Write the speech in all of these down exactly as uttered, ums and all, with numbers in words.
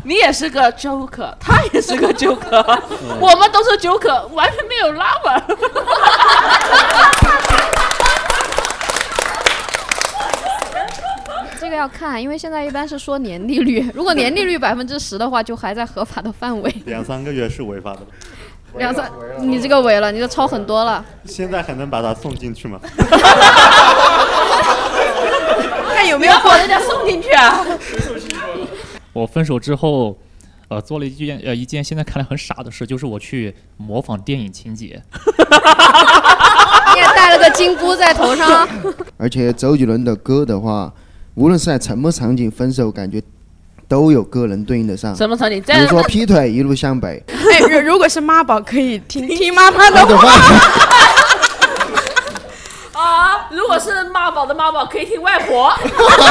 你也是个 Joker， 他也是个 Joker， 我们都是 Joker， 完全没有 lover。 这个要看，因为现在一般是说年利率，如果年利率百分之十的话，就还在合法的范围。 两三个月是违法的。 两三，你这个违了，你这超很多了。 现在还能把他送进去吗？ 看有没有把人家送进去啊？ 我分手之后，呃，做了一件呃一件现在看来很傻的事，就是我去模仿电影情节。 你也戴了个金箍在头上。 而且周杰伦的歌的话，无论是在什么场景分手，感觉都有个人对应得上。 什么场景？ 比如说劈腿一路向北。 哎，如果是妈宝，可以听听妈妈的话。 啊，如果是妈宝的妈宝，可以听外婆。哎，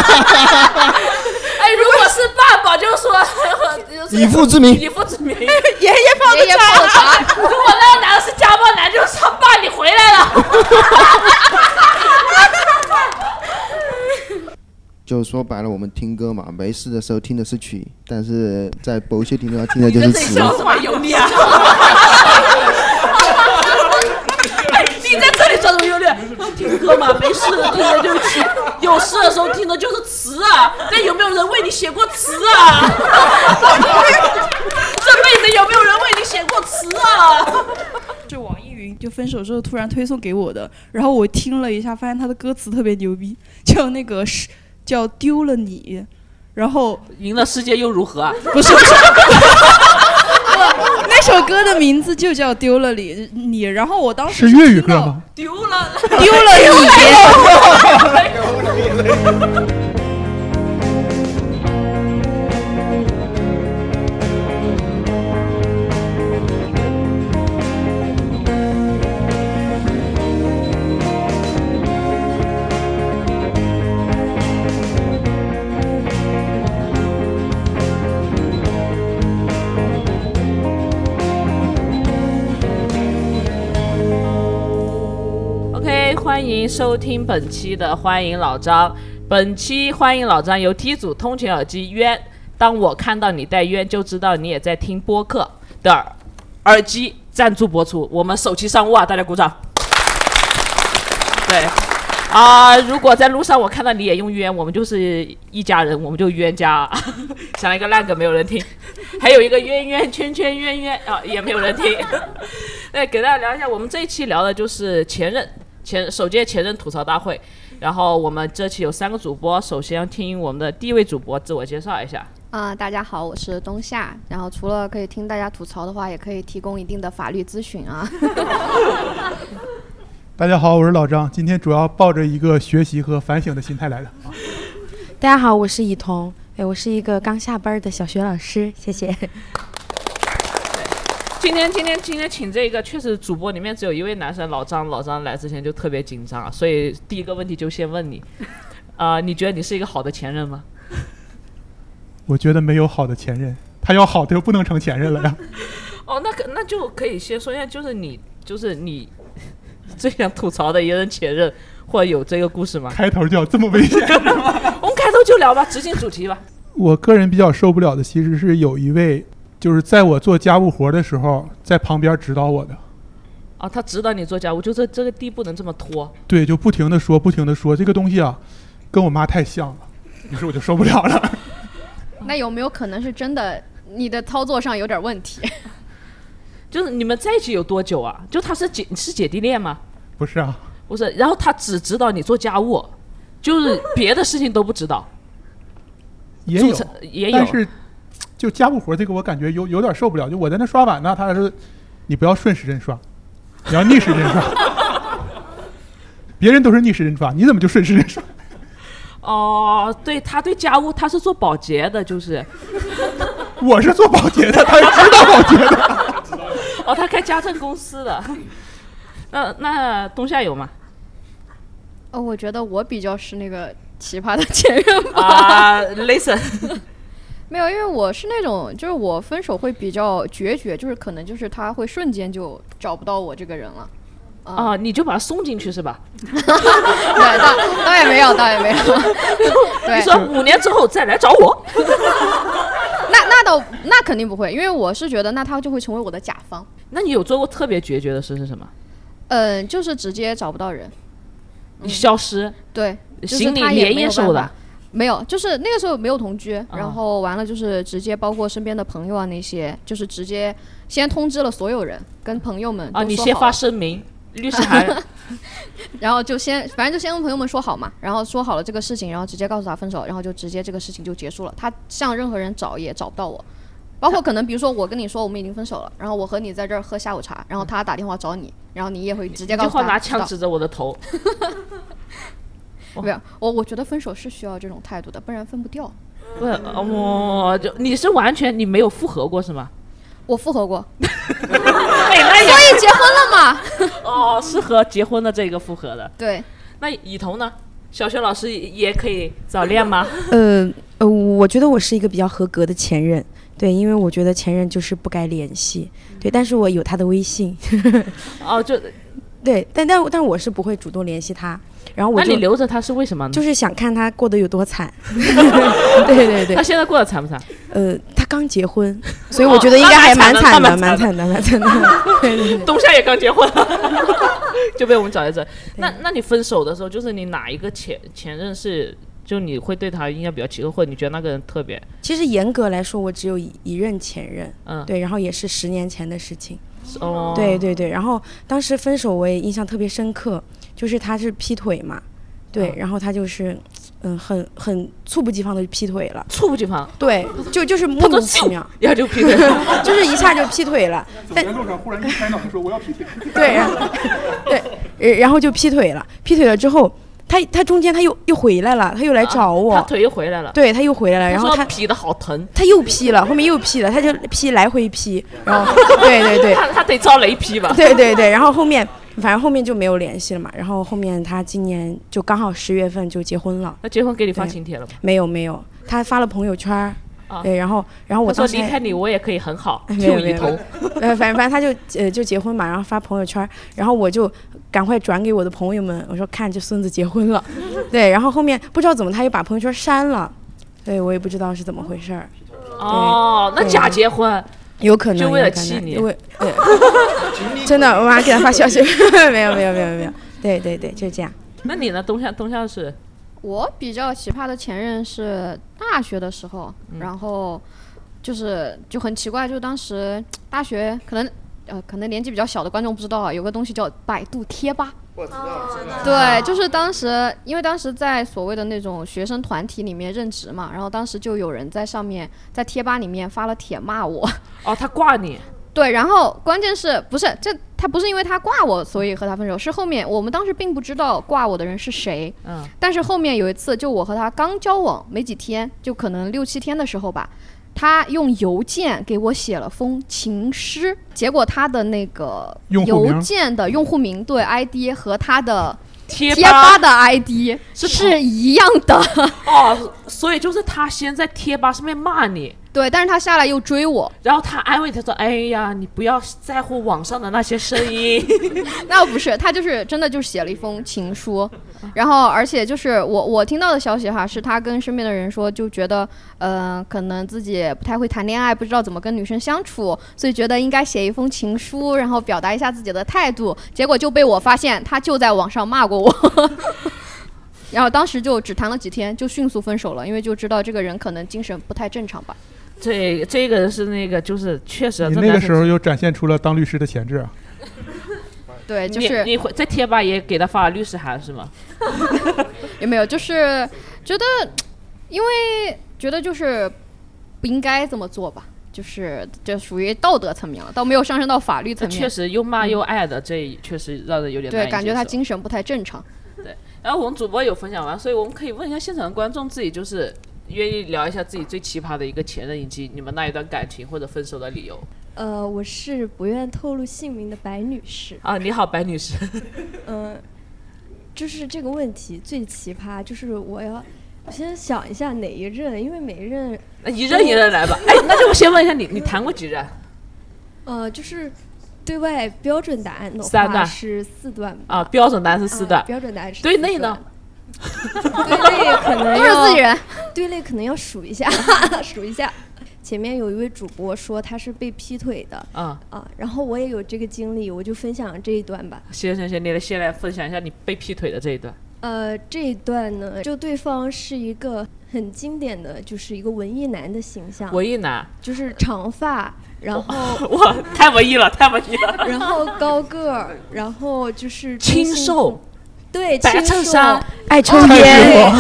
如果是爸宝，就说以父之名， 以父之名，爷爷泡的茶。如果那个男的是家暴男，就说爸，你回来了。 就说白了，我们听歌嘛，没事的时候听的是曲，但是在某些地方听的就是词。 你在这里笑什么油腻啊？哎，你在这里笑什么油腻？听歌嘛，没事的听的就是曲，有事的时候听的就是词啊。但有没有人为你写过词啊？这辈子有没有人为你写过词啊？ 是网易云就分手之后突然推送给我的，然后我听了一下，发现他的歌词特别牛逼，叫那个是。叫丢了你，然后赢了世界又如何啊？ 不是不是，那首歌的名字就叫丢了你你，然后我当时是粤语歌吗？ 丢了丢了你。 欢迎收听本期的欢迎老张。本期欢迎老张由 T 组通勤耳机冤，当我看到你戴冤就知道你也在听播客的耳机赞助播出，我们首期商务啊，大家鼓掌。对啊、呃，如果在路上我看到你也用冤，我们就是一家人，我们就冤家。想了一个烂梗没有人听，还有一个冤冤圈圈冤冤啊，也没有人听。对，给大家聊一下，我们这一期聊的就是前任。前首届前任吐槽大会，然后我们这期有三个主播，首先听我们的第一位主播自我介绍一下。 啊、呃，大家好，我是冬夏。然后除了可以听大家吐槽的话，也可以提供一定的法律咨询啊。 大家好，我是老张，今天主要抱着一个学习和反省的心态来的。 大家好，我是以彤，哎，我是一个刚下班的小学老师，谢谢。 今天今天今天请这个，确实主播里面只有一位男生，老张。老张来之前就特别紧张，所以第一个问题就先问你，啊、呃，你觉得你是一个好的前任吗？ 我觉得没有好的前任，他要好的就不能成前任了呀。 哦，那可那就可以先说一下，就是你就是你最想吐槽的一任前任，或者有这个故事吗？ 开头就要这么危险？ 我们开头就聊吧，直进主题吧。 我个人比较受不了的，其实是有一位。就是在我做家务活的时候，在旁边指导我的。 啊，他指导你做家务，就这这个地不能这么拖。 对，就不停的说，不停的说，这个东西啊，跟我妈太像了，于是我就受不了了。 那有没有可能是真的，你的操作上有点问题？ 就是你们在一起有多久啊？就他是姐是姐弟恋吗？ 不是啊， 不是。然后他只指导你做家务，就是别的事情都不指导。 也有， 也有， 但是。就家务活这个我感觉有有点受不了，就我在那刷碗呢，他说你不要顺时针刷，你要逆时针刷。别人都是逆时针刷，你怎么就顺时针刷？ 哦，对，他对家务他是做保洁的，就是。 我是做保洁的，他是知道保洁的。 哦，他开家政公司的。那那冬夏有吗？ 哦，我觉得我比较是那个奇葩的前任吧。 啊 ，listen。 没有，因为我是那种，就是我分手会比较决绝，就是可能就是他会瞬间就找不到我这个人了。 啊、呃，你就把他送进去是吧？ 对，倒倒也没有，倒也没有。对， 你说五年之后再来找我。 那那倒那肯定不会，因为我是觉得那他就会成为我的甲方。 那你有做过特别决绝的事是什么？ 嗯，就是直接找不到人， 嗯、消失。 对， 行李连夜收的。 没有，就是那个时候没有同居，嗯、然后完了就是直接包括身边的朋友啊那些，就是直接先通知了所有人，跟朋友们啊，你先发声明，律师函， 然后就先反正就先跟朋友们说好嘛，然后说好了这个事情，然后直接告诉他分手，然后就直接这个事情就结束了。他向任何人找也找不到我，包括可能比如说我跟你说我们已经分手了，然后我和你在这儿喝下午茶，然后他打电话找你，然后你也会直接告诉他。 这话拿枪指着我的头。 没有，我我觉得分手是需要这种态度的，不然分不掉。 不，我就你是完全你没有复合过是吗？ 我复合过， 哎，那所以结婚了嘛。 哦，是和结婚的这个复合的。 对， 那以彤呢？小学老师也可以早恋吗？ 呃呃，我觉得我是一个比较合格的前任。对，因为我觉得前任就是不该联系。对，但是我有他的微信。 哦，就对，但但但我是不会主动联系他。然后我就那你留着他是为什么呢？ 就是想看他过得有多惨。对对对。 他现在过得惨不惨？ 呃，他刚结婚，所以我觉得应该还蛮惨的，蛮惨的，蛮惨的。对对对。 冬夏也刚结婚，就被我们找在这。那那你分手的时候，就是你哪一个前前任是，就你会对他应该比较奇怪，或者你觉得那个人特别？ 其实严格来说，我只有一一任前任， 嗯， 对，然后也是十年前的事情。 哦， 对对对，然后当时分手我也印象特别深刻，就是他是劈腿嘛，对，嗯、然后他就是嗯很很猝不及防的劈腿了， 猝不及防， 对，就就是莫名其妙， 然后就劈腿了， 就是一下就劈腿了。 走在路上忽然一开脑说我要劈腿， 对，然后对，然后就劈腿了，劈腿了之后。他他中间他又又回来了，他又来找我， 啊、他腿又回来了， 对他又回来了，然后他劈的好疼， 他又劈了，后面又劈了，他就劈来回劈，然后对对对， 他他得遭雷劈吧， 对对对，然后后面反正后面就没有联系了嘛，然后后面他今年就刚好十月份就结婚了， 那结婚给你发请帖了吗？ 没有没有，他发了朋友圈。啊、对，然后，然后我当时说离开你我也可以很好， 就一头，呃，反正反正他就呃就结婚嘛，然后发朋友圈，然后我就赶快转给我的朋友们，我说看这孙子结婚了，对，然后后面不知道怎么他又把朋友圈删了，对我也不知道是怎么回事儿。 哦，那假结婚， 有可能就为了气你， 为对，真的，我马上给他发消息，没有没有没有没有，对对对，就是这样。 那你呢？冬夏冬夏是？ 我比较奇葩的前任是大学的时候，嗯、然后就是就很奇怪，就当时大学可能呃可能年纪比较小的观众不知道啊，有个东西叫百度贴吧。 我知道， 对，就是当时因为当时在所谓的那种学生团体里面任职嘛，然后当时就有人在上面在贴吧里面发了帖骂我。 哦，他挂你。 对，然后关键是不是这他不是因为他挂我所以和他分手，是后面我们当时并不知道挂我的人是谁， 嗯， 但是后面有一次就我和他刚交往没几天，就可能六七天的时候吧，他用邮件给我写了封情诗，结果他的那个邮件的用户名对 I D 和他的贴吧的 I D 是一样的。 哦，所以就是他先在贴吧上面骂你。 对，但是他下来又追我， 然后他安慰他说：“哎呀，你不要在乎网上的那些声音。” 那不是，他就是真的就写了一封情书，然后而且就是我我听到的消息哈，是他跟身边的人说，就觉得呃可能自己不太会谈恋爱，不知道怎么跟女生相处，所以觉得应该写一封情书，然后表达一下自己的态度。结果就被我发现，他就在网上骂过我。然后当时就只谈了几天，就迅速分手了，因为就知道这个人可能精神不太正常吧。 这这个人是那个，就是确实。 你那个时候又展现出了当律师的潜质啊！ 对，就是你你在贴吧也给他发了律师函是吗？ 有没有？就是觉得，因为觉得就是不应该这么做吧，就是这属于道德层面了，倒没有上升到法律层面。 确实又骂又爱的，这确实让人有点难以接受。 对，感觉他精神不太正常。 对，然后我们主播有分享完，所以我们可以问一下现场的观众，自己就是愿意聊一下自己最奇葩的一个前任，以及你们那一段感情或者分手的理由。 呃，我是不愿透露姓名的白女士。 啊，你好，白女士。 嗯、呃，就是这个问题最奇葩，就是我要我先想一下哪一任，因为每一任一任一任来吧。哎，那就我先问一下你，你谈过几任？ 呃，就是对外标准答案的话是四段吧。 啊，标准答案是四段。 啊、标准答案是四段。对内呢？ 对内可能要都是自己人， 对内可能要数一下，数一下。 前面有一位主播说他是被劈腿的， 啊、 啊，然后我也有这个经历，我就分享这一段吧。 行行行，你来先来分享一下你被劈腿的这一段。 呃，这一段呢，就对方是一个很经典的，就是一个文艺男的形象。 文艺男就是长发，然后哇，太文艺了，太文艺了。 然后高个儿，然后就是清瘦， 对， 白衬衫， 爱抽烟，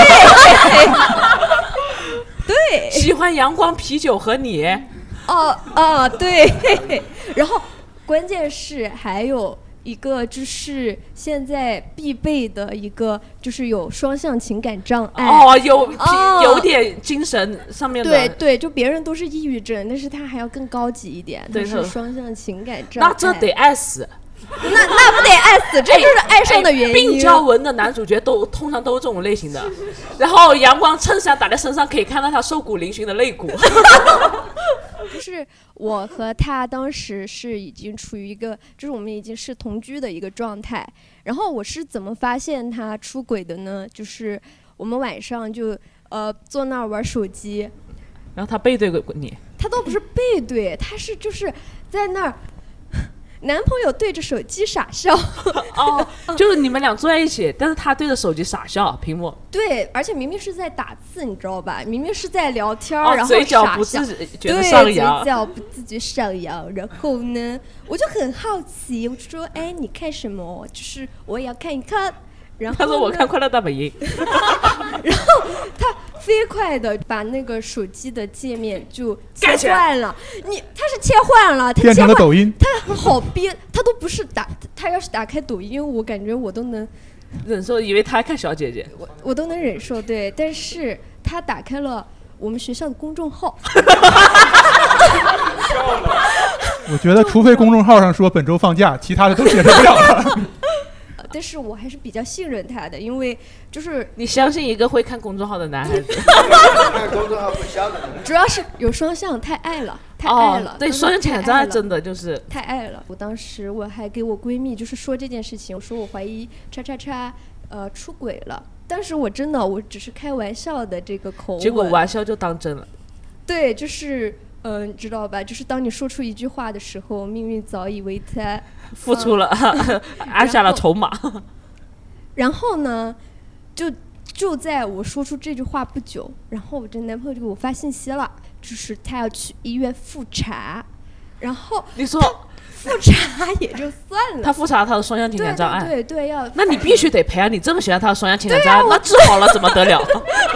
对， 喜欢阳光啤酒和你。 哦哦，对，然后关键是还有。一个就是现在必备的一个，就是有双向情感障碍哦，有哦有点精神上面的， 对对，就别人都是抑郁症，但是他还要更高级一点， 对， 是双向情感障碍。 那这得爱死， 那那不得爱死，这就是爱上的原因。 病娇文的男主角都通常都是这种类型的，然后阳光衬衫打在身上，可以看到他瘦骨嶙峋的肋骨。 就是我和他当时是已经处于一个，就是我们已经是同居的一个状态。然后我是怎么发现他出轨的呢？就是我们晚上就呃坐那儿玩手机， 然后他背对你， 他都不是背对，他是就是在那儿。男朋友对着手机傻笑， 哦，就是你们俩坐在一起，但是他对着手机傻笑，屏幕。 对，而且明明是在打字，你知道吧？明明是在聊天， 哦、 然后嘴角傻笑， 不自觉得上扬， 对，嘴角不自觉上扬。然后呢，我就很好奇，我就说：“哎，你看什么？就是我也要看一看。”然后他说：“我看《快乐大本营。” 然后他飞快的把那个手机的界面就切换了，你他是切换了，他变成了抖音， 他好憋，他都不是打，他要是打开抖音，我感觉我都能忍受，以为他看小姐姐， 我我都能忍受，对，但是他打开了我们学校的公众号。 我觉得除非公众号上说本周放假，其他的都接受不了了。 但是我还是比较信任他的，因为就是你相信一个会看公众号的男孩子。 看公众号不消的。 主要是有双向，太爱了，太爱了。 哦、对，双向情感障碍真的就是太爱了。我当时我还给我闺蜜就是说这件事情，我说我怀疑叉叉叉呃出轨了。当时我真的我只是开玩笑的这个口吻， 结果玩笑就当真了。 对，就是嗯、呃，知道吧？就是当你说出一句话的时候，命运早已为他付出了，呃、安下了筹码。 然后呢，就就在我说出这句话不久，然后我这男朋友就给我发信息了，就是他要去医院复查。然后你说复查也就算了， 他复查他的双向情感障碍， 对对 对, 对要， 那你必须得陪啊！你这么喜欢他的双向情感障碍， 啊、 那治好了怎么得了？ 对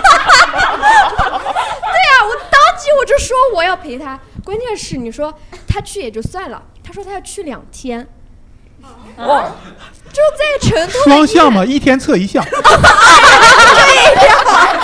啊，我当即我就说我要陪他。关键是你说他去也就算了，他说他要去两天， 哦， 就在成都双向嘛，一天测一项。 对呀，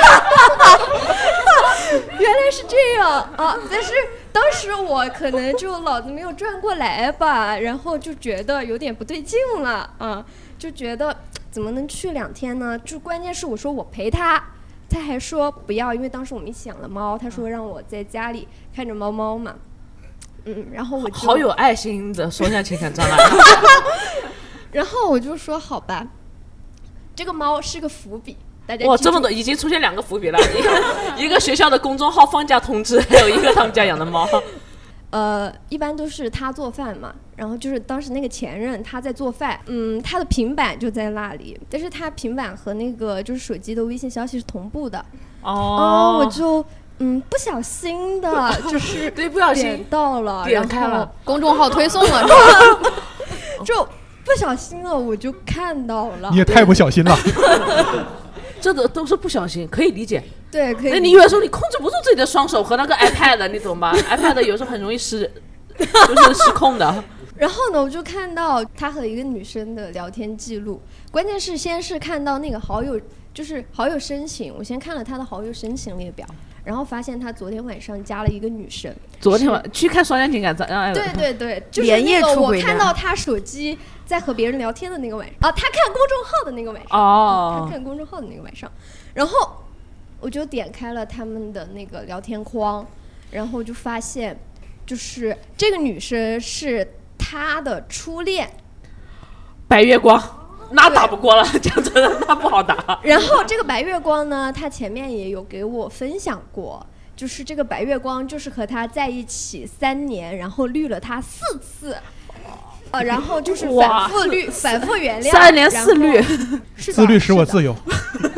原来是这样啊！但是当时我可能就脑子没有转过来吧，然后就觉得有点不对劲了啊，就觉得怎么能去两天呢？就关键是我说我陪他。他还说不要，因为当时我们一起养了猫，他说让我在家里看着猫猫嘛，嗯，然后我就好有爱心的双向情感障碍。 然后我就说好吧，这个猫是个伏笔，大家哇，这么多已经出现两个伏笔了，一个一个学校的公众号放假通知，还有一个他们家养的猫。 呃，一般都是他做饭嘛，然后就是当时那个前任他在做饭，嗯，他的平板就在那里，但是他平板和那个就是手机的微信消息是同步的。 哦， 哦我就嗯不小心的，就是对不小心点到了， 点开了公众号推送了，是吧？ 就不小心了，我就看到了。 你也太不小心了。 这都都是不小心，可以理解。 对，可以。 那你有时候你控制不住自己的双手和那个 iPad， 你懂吧？iPad 有时候很容易失，就是失控的。 然后呢，我就看到他和一个女生的聊天记录，关键是先是看到那个好友，就是好友申请，我先看了他的好友申请列表，然后发现他昨天晚上加了一个女生。 昨天晚去看双向情感障碍了。 对对对，就是那个我看到他手机在和别人聊天的那个晚上啊，他看公众号的那个晚上。 哦。 他看公众号的那个晚上，然后我就点开了他们的那个聊天框，然后就发现，就是这个女生是他的初恋， 白月光。那打不过了，讲真的，那不好打。 然后这个白月光呢，他前面也有给我分享过， 就是这个白月光就是和他在一起三年，然后绿了他四次。呃，然后就是反复绿，反复原谅， 三年四绿， 是自律使我自由。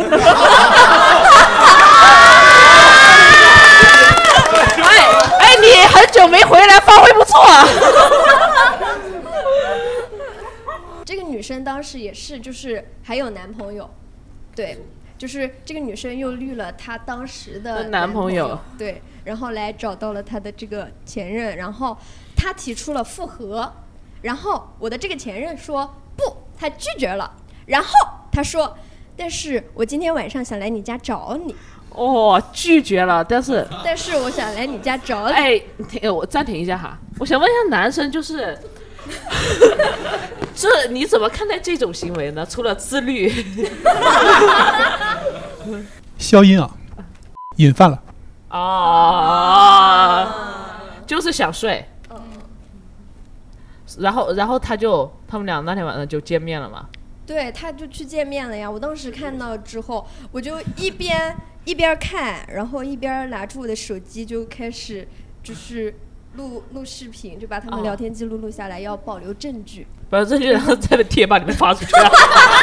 哎哎，你很久没回来，发挥不错啊。 这个女生当时也是，就是还有男朋友，对，就是这个女生又绿了她当时的男朋友， 友对，然后来找到了她的这个前任，然后她提出了复合。然后我的这个前任说不，他拒绝了。然后他说，但是我今天晚上想来你家找你。 哦，拒绝了，但是但是我想来你家找你。 哎，停，我暂停一下哈，我想问一下男生，就是这你怎么看待这种行为呢？除了自律， 消音啊，瘾犯了啊，就是想睡。然后，然后他就他们俩那天晚上就见面了嘛。 对，他就去见面了呀。我当时看到之后，我就一边一边看，然后一边拿出我的手机就开始就是录录视频，就把他们聊天记录录下来，要保留证据。 保留证据，然后在贴吧里面发出去了。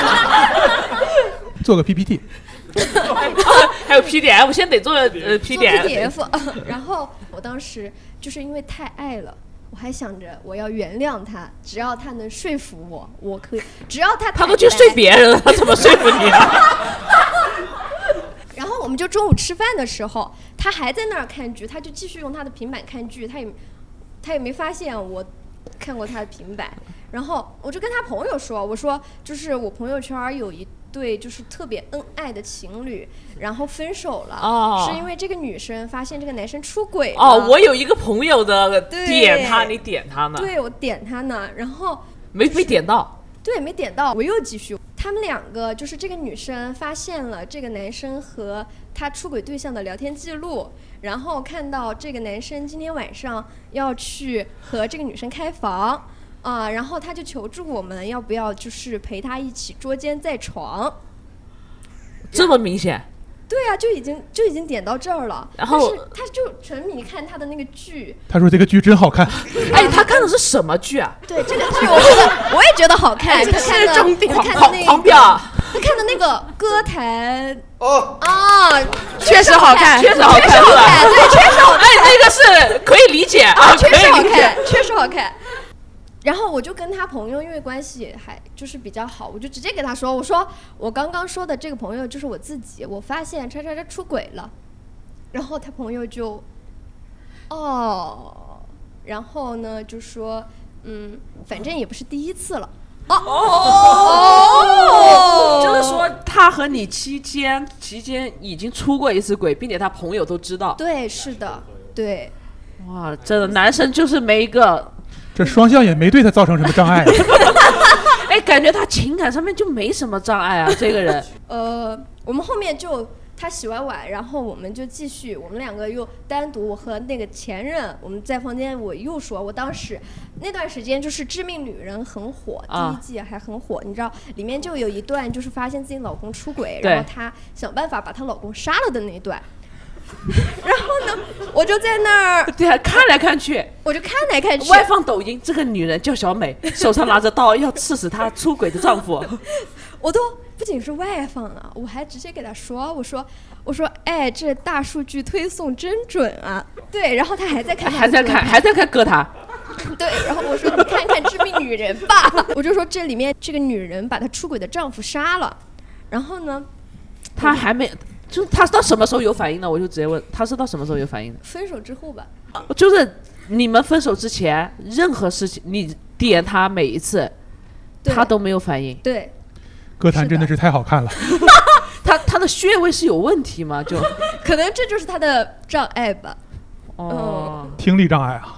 做个 P P T。 还有 P D F， 先得做呃 P D F。 做 P D F， 然后我当时就是因为太爱了。我还想着我要原谅他，只要他能说服我，我可以。只要他他都去睡别人了，他怎么说服你啊？ 然后我们就中午吃饭的时候，他还在那儿看剧，他就继续用他的平板看剧，他也他也没发现我看过他的平板。然后我就跟他朋友说，我说就是我朋友圈有一对就是特别恩爱的情侣，然后分手了， 哦、 是因为这个女生发现这个男生出轨了。 哦，我有一个朋友的点他，你点他呢？ 对，我点他呢，然后、 就是、没没点到。 对，没点到，我又继续。他们两个就是这个女生发现了这个男生和他出轨对象的聊天记录，然后看到这个男生今天晚上要去和这个女生开房。啊、呃，然后他就求助我们要不要就是陪他一起捉奸在床， 这么明显？ 对啊，就已经就已经点到这儿了。 然后但是他就沉迷看他的那个剧。 他说这个剧真好看。 哎，他看的是什么剧啊？ 对，这个剧我觉得我也觉得好看。 这是重点。 他看的那个狂飙。 他看的那个歌坛哦啊， 确实好看，确实好看， 确实好看，对，确实好看。 哎，那个是可以理解啊， 确实好看，确实好看。然后我就跟他朋友，因为关系还就是比较好，我就直接给他说，我说我刚刚说的这个朋友就是我自己，我发现叉叉叉出轨了。然后他朋友就，哦，然后呢就说，嗯，反正也不是第一次了。哦哦，就是说他和你期间期间已经出过一次轨，并且他朋友都知道。 对，是的，对。 哇，真的男生就是没一个。 这双向也没对他造成什么障碍。 哎，感觉他情感上面就没什么障碍啊，这个人。 呃，我们后面就他洗完碗，然后我们就继续，我们两个又单独，我和那个前任，我们在房间，我又说，我当时那段时间就是《致命女人》很火， 啊、 第一季还很火，你知道里面就有一段就是发现自己老公出轨，然后她想办法把她老公杀了的那一段。然后呢，我就在那儿对看来看去， 我就看来看去， 外放抖音，这个女人叫小美，手上拿着刀要刺死她出轨的丈夫。 我都不仅是外放了，我还直接给她说，我说我说哎，这大数据推送真准啊！对，然后她还在看， 还在看，还在看歌坛。 对，然后我说你看看《致命女人》吧，我就说这里面这个女人把她出轨的丈夫杀了，然后呢， 她还没。就是他到什么时候有反应呢？我就直接问他是到什么时候有反应的？ 分手之后吧。 就是你们分手之前，任何事情你点他每一次，他都没有反应。 对， 歌坛真的是太好看了。 他他的穴位是有问题吗？就可能这就是他的障碍吧。 哦， 嗯、听力障碍啊。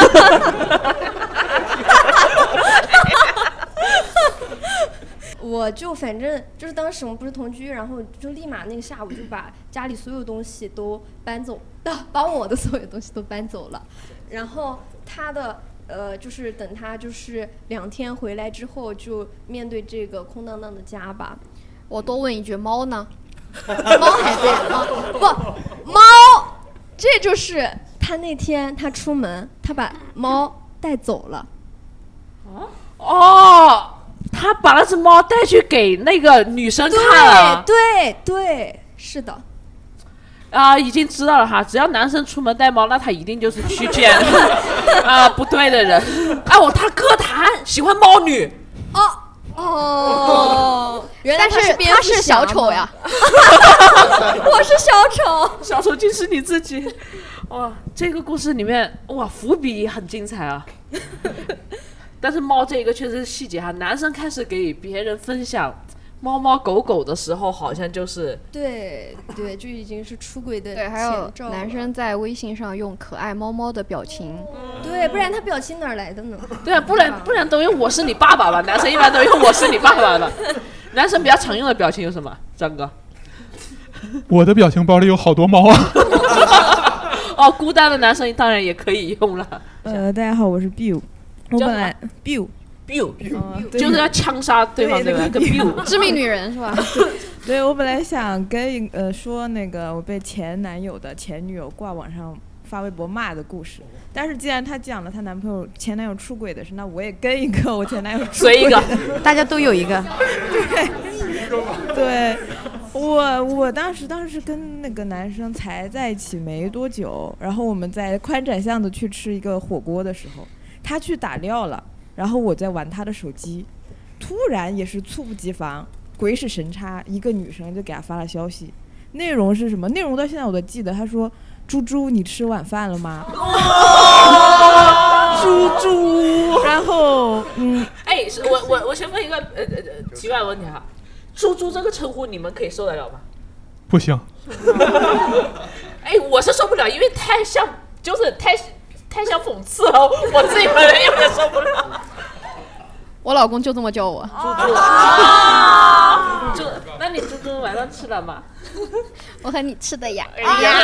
我就反正就是当时我们不是同居，然后就立马那个下午就把家里所有东西都搬走，啊，把我的所有东西都搬走了。然后他的呃，就是等他就是两天回来之后，就面对这个空荡荡的家吧。 我多问一句，猫呢？ 猫还在吗？不，猫这就是他那天他出门，他把猫带走了。 哦，他把那只猫带去给那个女生看了。 对对对，是的。 啊、已经知道了哈，只要男生出门带猫，那他一定就是去见啊、不对的人。哎、我他歌坛喜欢猫女。 哦哦，原来但是蝙蝠他是小侠丑呀。 我是小丑， 小丑竟是你自己。哇，这个故事里面哇伏笔很精彩啊。但是猫这个确实是细节哈，男生开始给别人分享猫猫狗狗的时候，好像就是对对，就已经是出轨的对，还有前兆了男生在微信上用可爱猫猫的表情， 对，不然他表情哪儿来的呢？ 对啊，不然不然都用我是你爸爸吧，男生一般都用我是你爸爸的。男生比较常用的表情有什么？张哥？ 我的表情包里有好多猫啊。 哦，孤单的男生当然也可以用了。 呃，大家好，我是 Bill。我本来 Bill biu， 嗯就是要枪杀对方，对吧？跟 biu 致命女人是吧？ 对，我本来想跟呃说那个我被前男友的前女友挂网上发微博骂的故事，但是既然她讲了她男朋友前男友出轨的事，那我也跟一个我前男友出轨的。 随一个， 大家都有一个。 对，对，我我当时当时跟那个男生才在一起没多久，然后我们在宽窄巷子去吃一个火锅的时候，他去打料了，然后我在玩他的手机，突然也是猝不及防，鬼使神差，一个女生就给他发了消息，内容是什么？内容到现在我都记得，他说：“猪猪，你吃晚饭了吗？”猪猪，然后嗯， 哎，是我我我先问一个呃呃呃奇怪的问题哈，猪猪这个称呼你们可以受得了吗？ 不行。 哎，我是受不了，因为太像，就是太太像讽刺了，我自己本人有点受不了。 我老公就这么叫我。 猪猪啊，猪，那你猪猪晚上吃了吗？ 我和你吃的呀。 哎呀，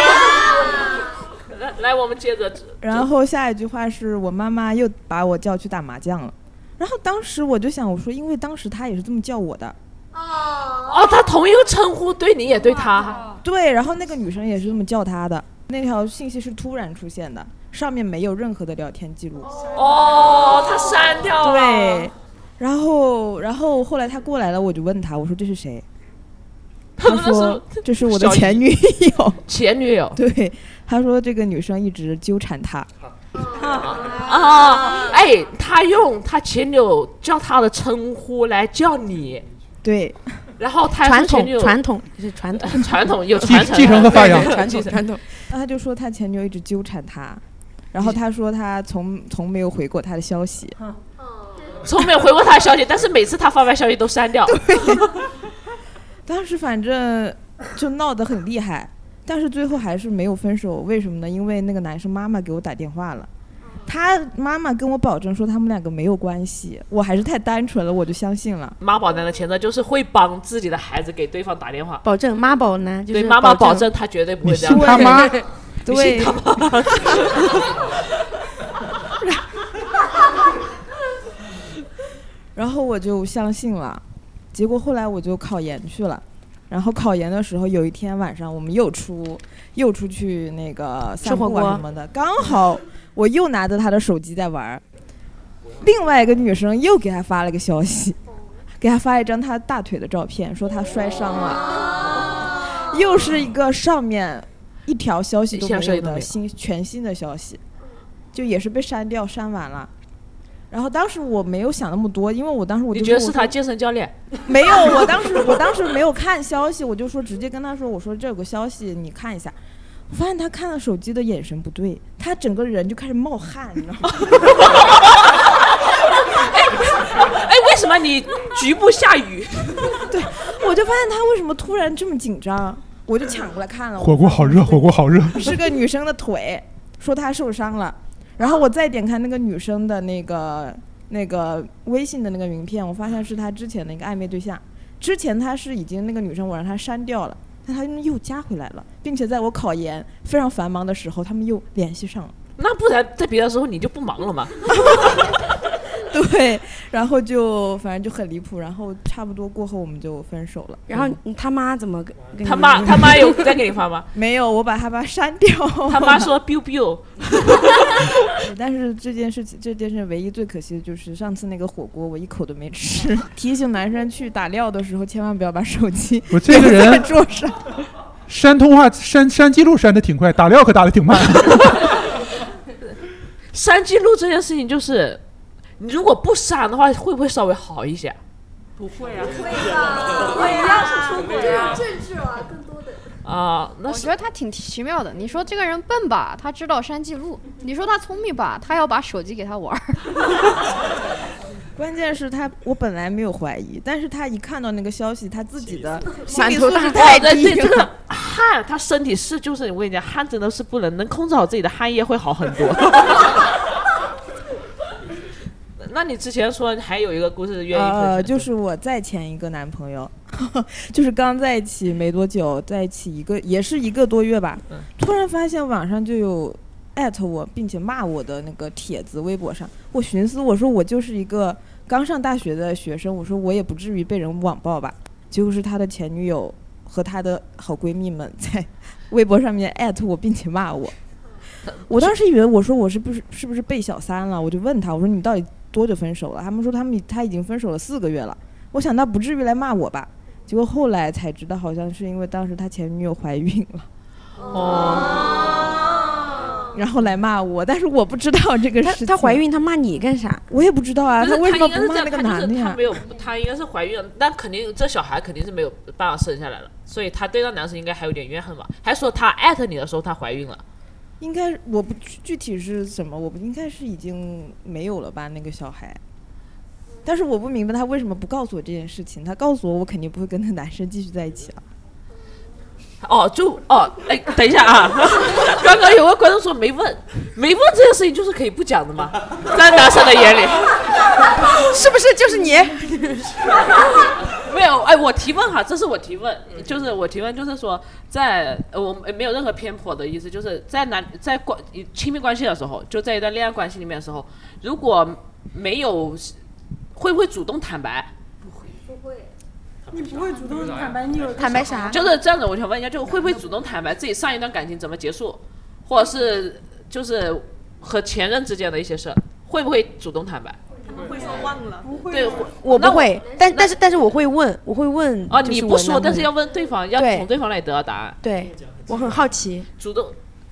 来来，我们接着。 然后下一句话是我妈妈又把我叫去打麻将了，然后当时我就想，我说因为当时她也是这么叫我的。 哦，他同一个称呼对你也对他。 对，然后那个女生也是这么叫他的。那条信息是突然出现的，上面没有任何的聊天记录。 哦，他删掉了。 对，然后然后后来他过来了，我就问他，我说这是谁？他说这是我的前女友。 前女友。 对，他说这个女生一直纠缠他。 啊，哎，他用他前女友叫他的称呼来叫你。 对。 然后他传统传统是传统传统有传承继承和发扬， 传统传统。 他就说他前女友一直纠缠他，然后他说他从从没有回过他的消息， 从没有回过他的消息，但是每次他发完消息都删掉。 对，当时反正就闹得很厉害，但是最后还是没有分手。为什么呢？因为那个男生妈妈给我打电话了。他妈妈跟我保证说他们两个没有关系，我还是太单纯了，我就相信了。 妈宝男的前兆就是会帮自己的孩子给对方打电话， 保证妈宝呢，就是对妈妈保证他绝对不会这样。 你信他妈？ 对。 他妈。 然后我就相信了，结果后来我就考研去了。然后考研的时候，有一天晚上我们又出又出去那个散步啊什么的，刚好我又拿着他的手机在玩，另外一个女生又给他发了个消息，给他发一张他大腿的照片，说他摔伤了，又是一个上面一条消息都没有的新全新的消息，就也是被删掉删完了。然后当时我没有想那么多，因为我当时我就你觉得是他健身教练？ 没有，我当时我当时没有看消息，我就说直接跟他说，我说这有个消息你看一下。我发现他看了手机的眼神不对，他整个人就开始冒汗，你知道吗？ 哎，为什么你局部下雨？ 对，我就发现他为什么突然这么紧张，我就抢过来看了。 火锅好热，火锅好热。 是个女生的腿，说她受伤了。然后我再点开那个女生的那个那个微信的那个名片，我发现是她之前的一个暧昧对象。之前她是已经那个女生我让她删掉了，但她又加回来了，并且在我考研非常繁忙的时候，他们又联系上了。 那不然在别的时候你就不忙了吗？ 对，然后就反正就很离谱，然后差不多过后我们就分手了。 然后他妈怎么跟跟他妈他妈有再给你发吗？ 没有，我把他妈删掉。 他妈说 biu biu。 但是这件事情，这件事唯一最可惜的就是上次那个火锅，我一口都没吃。提醒男生去打料的时候，千万不要把手机我这个人在桌上。 删通话删删记录删的挺快，打料可打的挺慢。 删记录这件事情就是，你如果不删的话，会不会稍微好一些？不会啊， 会吧？我一样是出轨，这种政治啊，更多的。 啊，那我觉得他挺奇妙的。你说这个人笨吧，他知道删记录；你说他聪明吧，他要把手机给他玩。 关键是他，我本来没有怀疑，但是他一看到那个消息，他自己的心满理素质头大太低这个了。 汗，他身体是就是我跟你讲，汗真的是不能能控制好自己的汗液会好很多。那你之前说还有一个故事愿意分享？ 呃，就是我再前一个男朋友，就是刚在一起没多久，在一起一个也是一个多月吧， 嗯、 突然发现网上就有艾特我并且骂我的那个帖子，微博上，我寻思我说我就是一个刚上大学的学生，我说我也不至于被人网暴吧，结果是他的前女友和他的好闺蜜们在微博上面艾特我并且骂我。我当时以为我说我是不是是不是被小三了，我就问他，我说你到底多久分手了？他们说他们他已经分手了四个月了。我想他不至于来骂我吧，结果后来才知道，好像是因为当时他前女友怀孕了， 哦， 然后来骂我，但是我不知道这个事情。 她怀孕，她骂你干啥？ 我也不知道啊， 他为什么不骂那个男的呀？ 他没有，他应该是怀孕了，但肯定这小孩肯定是没有办法生下来了，所以他对那男生应该还有点怨恨吧？还说他艾特你的时候她怀孕了。 应该我不具体是什么，我不应该是已经没有了吧那个小孩，但是我不明白他为什么不告诉我这件事情，他告诉我我肯定不会跟那个男生继续在一起了。 哦，就哦，哎，等一下啊，刚刚有个观众说没问，没问这件事情就是可以不讲的吗？在男生的眼里， 是不是就是你？ 没有，哎，我提问哈，这是我提问，就是我提问，就是说在，在我没有任何偏颇的意思，就是在男在关亲密关系的时候，就在一段恋爱关系里面的时候，如果没有，会不会主动坦白？ 不会，不会。 你不会主动坦白，你有坦白啥？ 就是这样子，我想问一下，就会不会主动坦白自己上一段感情怎么结束，或者是就是和前任之间的一些事，会不会主动坦白？ 会说忘了，不会。 对， 我不会，但但是但是我会问，我会问。 啊，你不说，但是要问对方，要从对方来得到答案。 对，我很好奇。 主动。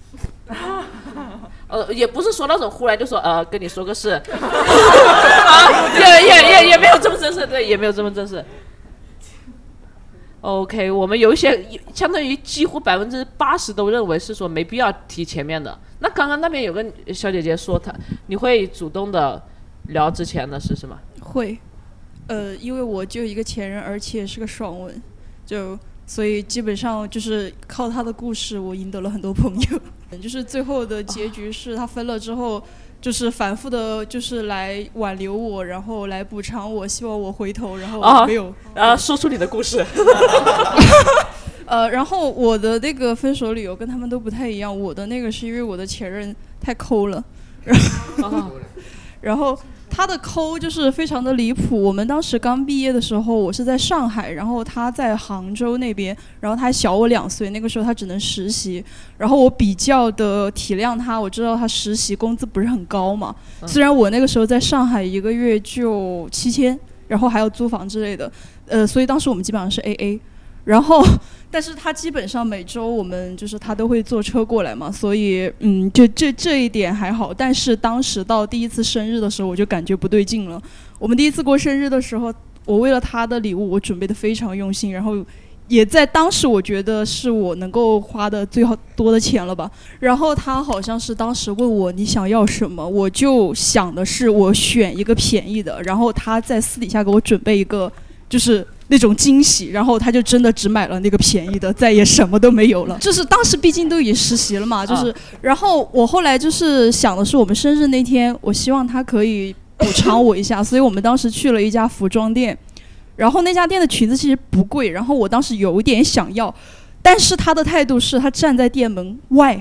呃，也不是说那种忽然就说呃跟你说个事，啊，也也也也没有这么正式，对，也没有这么正式。OK， 我们有一些相当于几乎百分之八十都认为是说没必要提前面的。那刚刚那边有个小姐姐说她，你会主动的聊之前的事是吗？ 会，呃，因为我就一个前任，而且是个爽文，就所以基本上就是靠他的故事，我赢得了很多朋友。就是最后的结局是他分了之后，就是反复的，就是来挽留我，然后来补偿我，希望我回头，然后没有， 然后说出你的故事。 呃，然后我的那个分手理由跟他们都不太一样，我的那个是因为我的前任太抠了，然后，然后他的抠就是非常的离谱。我们当时刚毕业的时候，我是在上海，然后他在杭州那边，然后他还小我两岁，那个时候他只能实习，然后我比较的体谅他，我知道他实习工资不是很高嘛，虽然我那个时候在上海一个月就七千，然后还要租房之类的，呃，所以当时我们基本上是 A A。然后，但是他基本上每周我们就是他都会坐车过来嘛，所以嗯，就这这一点还好。但是当时到第一次生日的时候，我就感觉不对劲了。我们第一次过生日的时候，我为了他的礼物，我准备的非常用心，然后也在当时我觉得是我能够花的最好多的钱了吧。然后他好像是当时问我你想要什么，我就想的是我选一个便宜的，然后他在私底下给我准备一个就是那种惊喜，然后他就真的只买了那个便宜的，再也什么都没有了。就是当时毕竟都已经实习了嘛，就是、啊、然后我后来就是想的是我们生日那天，我希望他可以补偿我一下，所以我们当时去了一家服装店，然后那家店的裙子其实不贵，然后我当时有一点想要，但是他的态度是他站在店门外，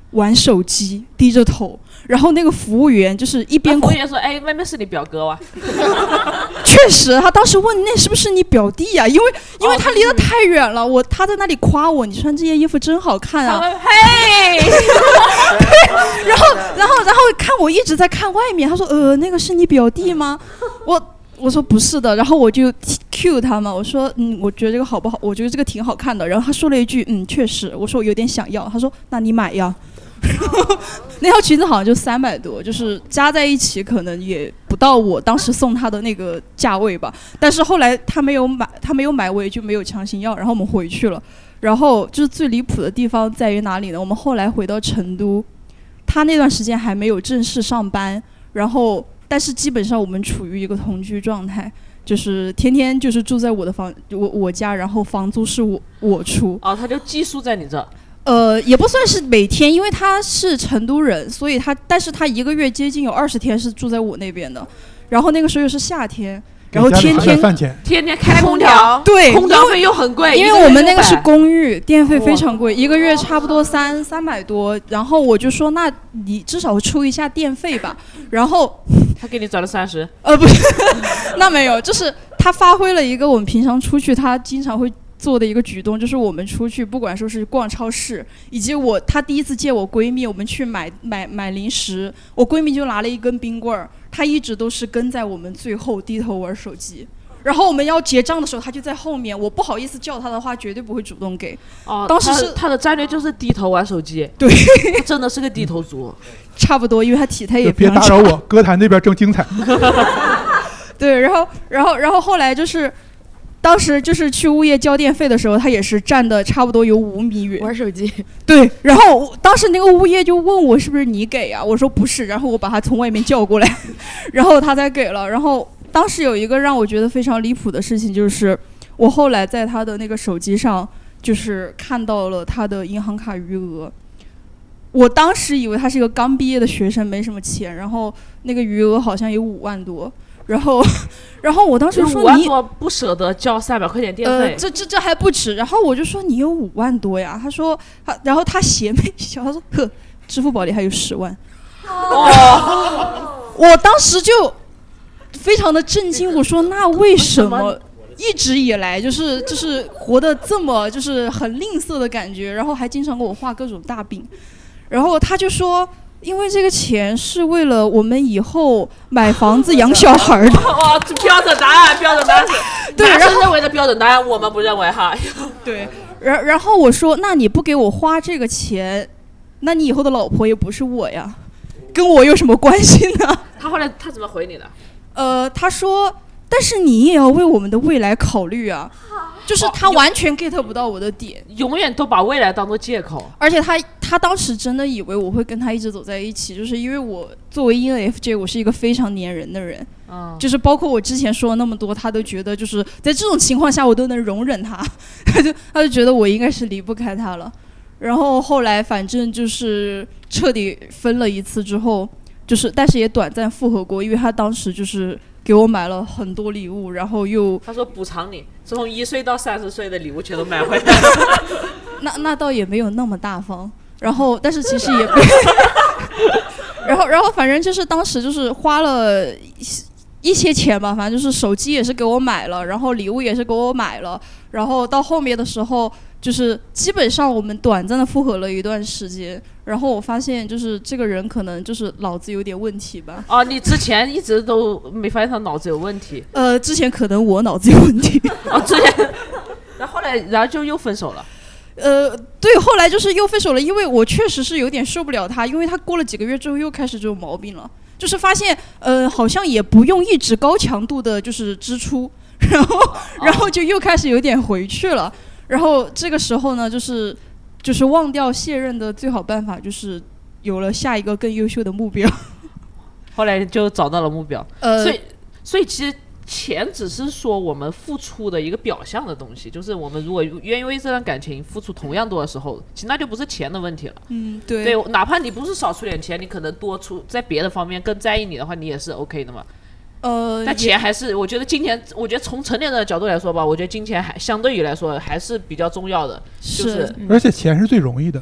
玩手机，低着头。然后那个服务员就是一边服务员说：“哎，外面是你表哥哇。” 确实，他当时问那是不是你表弟呀、啊？因为因为他离得太远了，我他在那里夸我，你穿这件衣服真好看啊！ 嘿， 然后然后然后看我一直在看外面，他说：“呃，那个是你表弟吗？”我。我说不是的，然后我就 cue 他嘛，我说嗯，我觉得这个好不好？我觉得这个挺好看的。然后他说了一句嗯，确实。我说我有点想要，他说那你买呀。那条裙子好像就三百多，就是加在一起可能也不到我当时送他的那个价位吧。但是后来他没有买，他没有买，我也就没有强行要。然后我们回去了。然后就是最离谱的地方在于哪里呢？我们后来回到成都，他那段时间还没有正式上班，然后。但是基本上我们处于一个同居状态，就是天天就是住在我的房我我家，然后房租是我我出。 哦，他就寄宿在你这。 呃，也不算是每天，因为他是成都人，所以他但是他一个月接近有二十天是住在我那边的。然后那个时候又是夏天，然后天天天天开空调， 对， 空调费又很贵， 因为我们那个是公寓，电费非常贵，一个月差不多三三百多。然后我就说，那你至少出一下电费吧。然后他给你转了三十， 呃，不是，那没有，就是他发挥了一个我们平常出去他经常会做的一个举动，就是我们出去不管说是逛超市，以及我他第一次见我闺蜜，我们去买买买零食，我闺蜜就拿了一根冰棍儿，她一直都是跟在我们最后低头玩手机。然后我们要结账的时候，他就在后面，我不好意思叫他的话，绝对不会主动给。 哦， 当时是他, 他的战略就是低头玩手机。 对， 他真的是个低头族。 差不多，因为他体态也别打扰我，歌坛那边正精彩。 对，然后，然后，然后后来就是，当时就是去物业交电费的时候，他也是站的差不多有五米远玩手机。 对，然后当时那个物业就问我是不是你给啊？我说不是，然后我把他从外面叫过来，然后他才给了，然后。当时有一个让我觉得非常离谱的事情，就是我后来在他的那个手机上，就是看到了他的银行卡余额。我当时以为他是一个刚毕业的学生，没什么钱，然后那个余额好像有五万多。然后，然后我当时说五万多不舍得交三百块钱电费， 呃，这这这还不止。然后我就说你有五万多呀？他说，他然后他邪魅一笑，他说呵，支付宝里还有十万。哦，我当时就。非常的震惊，我说那为什么一直以来就是就是活得这么就是很吝啬的感觉，然后还经常给我画各种大饼，然后他就说，因为这个钱是为了我们以后买房子养小孩的。 哇，标准答案，标准答案是对， 男生认为的标准答案，我们不认为哈。 对，然然后我说，那你不给我花这个钱，那你以后的老婆也不是我呀，跟我有什么关系呢？ 他后来他怎么回你的？ 呃，他说，但是你也要为我们的未来考虑啊，就是他完全 get 不到我的点， 永远都把未来当做借口。 而且他他当时真的以为我会跟他一直走在一起，就是因为我作为 E N F J， 我是一个非常黏人的人，嗯，就是包括我之前说了那么多，他都觉得就是在这种情况下我都能容忍他，他就他就觉得我应该是离不开他了。然后后来反正就是彻底分了一次之后。就是，但是也短暂复合过，因为他当时就是给我买了很多礼物，然后又他说补偿你从一岁到三十岁的礼物全都买回来。 那那倒也没有那么大方，然后但是其实也没然后然后反正就是当时就是花了一些钱吧，反正就是手机也是给我买了，然后礼物也是给我买了，然后到后面的时候就是基本上我们短暂的复合了一段时间，然后我发现就是这个人可能就是脑子有点问题吧。 哦，你之前一直都没发现他脑子有问题？ 呃，之前可能我脑子有问题。 哦，之前，然后后来然后就又分手了。 呃，对，后来就是又分手了，因为我确实是有点受不了他，因为他过了几个月之后又开始这种毛病了，就是发现呃好像也不用一直高强度的就是支出，然后然后就又开始有点回去了。然后这个时候呢，就是就是忘掉卸任的最好办法就是有了下一个更优秀的目标。 后来就找到了目标， 呃， 所以所以其实钱只是说我们付出的一个表象的东西，就是我们如果愿意为这段感情付出同样多的时候，其实那就不是钱的问题了。 嗯，对。 对，哪怕你不是少出点钱，你可能多出在别的方面更在意你的话，你也是 OK 的嘛。 呃， 但钱还是，我觉得金钱，我觉得从成年人的角度来说吧，我觉得金钱还相对于来说还是比较重要的。 是， 就是、 而且钱是最容易的。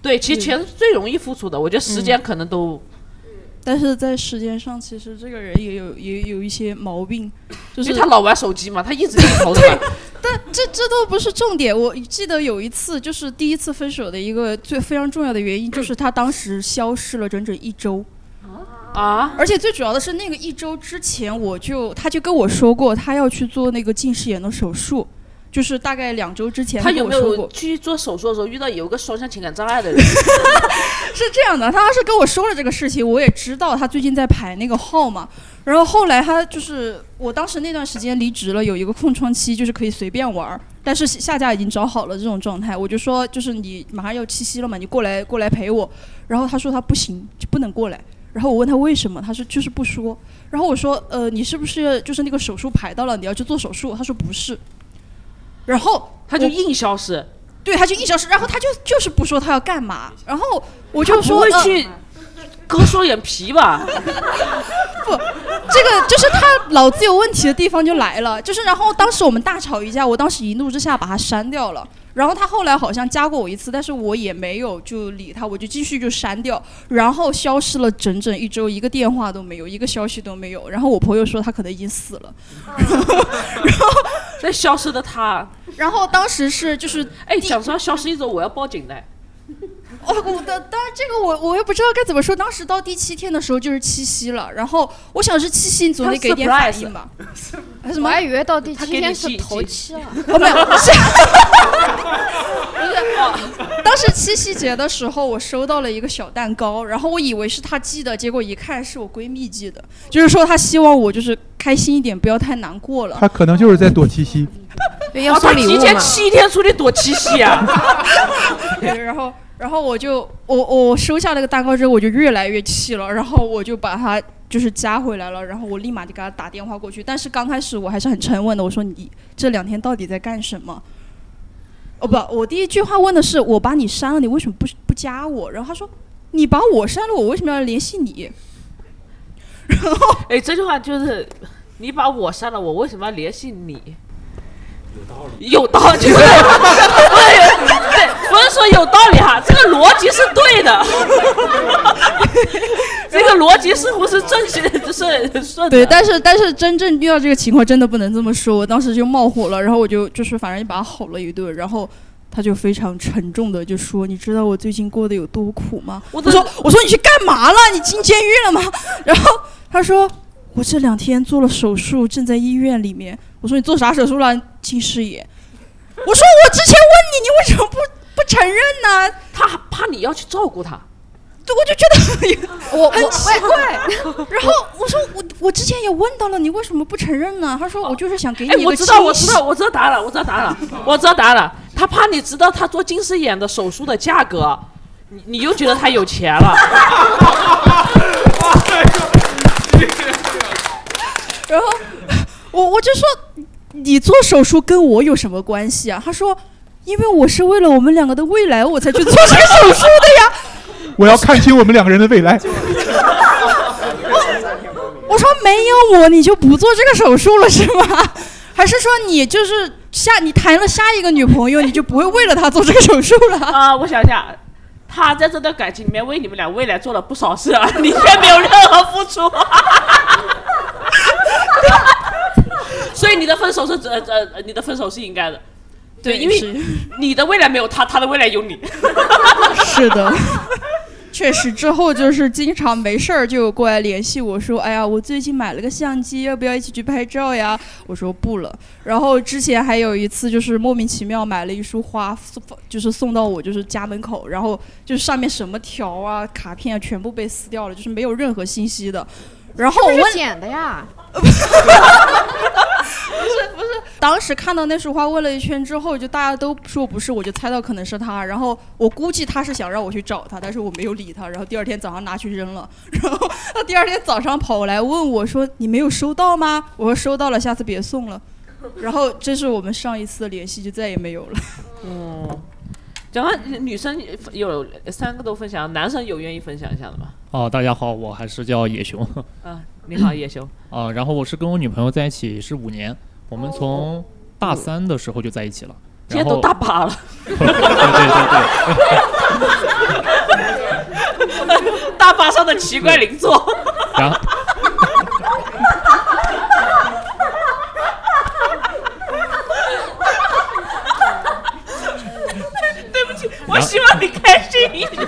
对，其实钱是最容易付出的，我觉得时间可能都。 嗯但是在时间上，其实这个人也有也有一些毛病，就是因为他老玩手机嘛，他一直低头的。 但这这都不是重点。我记得有一次，就是第一次分手的一个最非常重要的原因，就是他当时消失了整整一周。 啊！ 而且最主要的是，那个一周之前，我就他就跟我说过，他要去做那个近视眼的手术。就是大概两周之前， 他有没有去做手术的时候遇到有个双向情感障碍的人？ 是这样的，他当时跟我说了这个事情，我也知道他最近在排那个号嘛。然后后来他就是我当时那段时间离职了，有一个空窗期，就是可以随便玩，但是下家已经找好了这种状态。我就说，就是你马上要七夕了嘛，你过来过来陪我。然后他说他不行，就不能过来。然后我问他为什么，他说就是不说。然后我说，呃，你是不是就是那个手术排到了，你要去做手术？他说不是。然后他就硬消失， 对，他就硬消失，然后他就就是不说他要干嘛，然后我就说不会去割双眼皮吧？ 不，这个就是他脑子有问题的地方就来了，就是然后当时我们大吵一架，我当时一怒之下把他删掉了。然后他后来好像加过我一次，但是我也没有就理他，我就继续就删掉，然后消失了整整一周，一个电话都没有，一个消息都没有。然后我朋友说他可能已经死了，然后然后那消失的他， 然后当时是就是哎，讲实话，消失一周我要报警的。 哦，我的当然这个我我又不知道该怎么说。当时到第七天的时候就是七夕了，然后我想是七夕你总得给点反应吧。 什么？我还以为到第七天是头七了。 哦，没有，是。不是，哦，当时七夕节的时候，我收到了一个小蛋糕，然后我以为是他寄的，结果一看是我闺蜜寄的，就是说他希望我就是开心一点，不要太难过了。 他可能就是在躲七夕。 对，要送礼物嘛。 他提前七天出去躲七夕啊。 对，然后。然后我就我我收下那个蛋糕之后，我就越来越气了，然后我就把他就是加回来了，然后我立马就给他打电话过去。但是刚开始我还是很沉稳的，我说你这两天到底在干什么？哦不，我第一句话问的是我把你删了，你为什么不不加我？然后他说你把我删了，我为什么要联系你？然后哎，这句话就是你把我删了，我为什么要联系你？有道理，对，对，不是说有道理哈，这个逻辑是对的，这个逻辑似乎是正确的，是顺的。 对，但是但是真正遇到这个情况，真的不能这么说。我当时就冒火了，然后我就就是反正把他吼了一顿，然后他就非常沉重的就说：“你知道我最近过得有多苦吗？”我说：“我说你去干嘛了？你进监狱了吗？”然后他说：“我这两天做了手术，正在医院里面。”我说你做啥手术了？近视眼。我说我之前问你，你为什么不不承认呢？ 他怕你要去照顾他， 对，我就觉得我很奇怪。然后我说我我之前也问到了，你为什么不承认呢？他说我就是想给你一个惊喜。 哎，我知道，我知道，我知道答案了，我知道答案了，我知道答案了。他怕你知道他做近视眼的手术的价格，你你又觉得他有钱了。 然后。我我就说，你做手术跟我有什么关系啊？他说，因为我是为了我们两个的未来，我才去做这个手术的呀。 我要看清我们两个人的未来。 我, 我说没有我你就不做这个手术了是吗？还是说你就是下你谈了下一个女朋友，你就不会为了她做这个手术了？ 啊、呃，我想想，他在这段感情里面为你们俩未来做了不少事啊，你却没有任何付出。所以你的分手是呃呃，你的分手是应该的，对，因为你的未来没有他，他的未来有你。 是的，确实之后就是经常没事儿就过来联系我说，哎呀，我最近买了个相机，要不要一起去拍照呀？我说不了。然后之前还有一次就是莫名其妙买了一束花，就是送到我就是家门口，然后就是上面什么条啊、卡片啊全部被撕掉了，就是没有任何信息的。然后我问是不是捡的呀？ 不是不是，当时看到那束花问了一圈之后，就大家都说不是，我就猜到可能是他。然后我估计他是想让我去找他，但是我没有理他。然后第二天早上拿去扔了。然后他第二天早上跑来问我说：“你没有收到吗？”我说：“收到了，下次别送了。”然后这是我们上一次的联系，就再也没有了。 嗯。讲到女生有三个都分享，男生有愿意分享一下的吗？ 哦，大家好，我还是叫野熊。 啊，你好，野熊。 啊，然后我是跟我女朋友在一起是五年，我们从大三的时候就在一起了。 现在都大把了。 对对对对。 大巴上的奇怪邻座。 然后。 对不起，我希望你开心一点。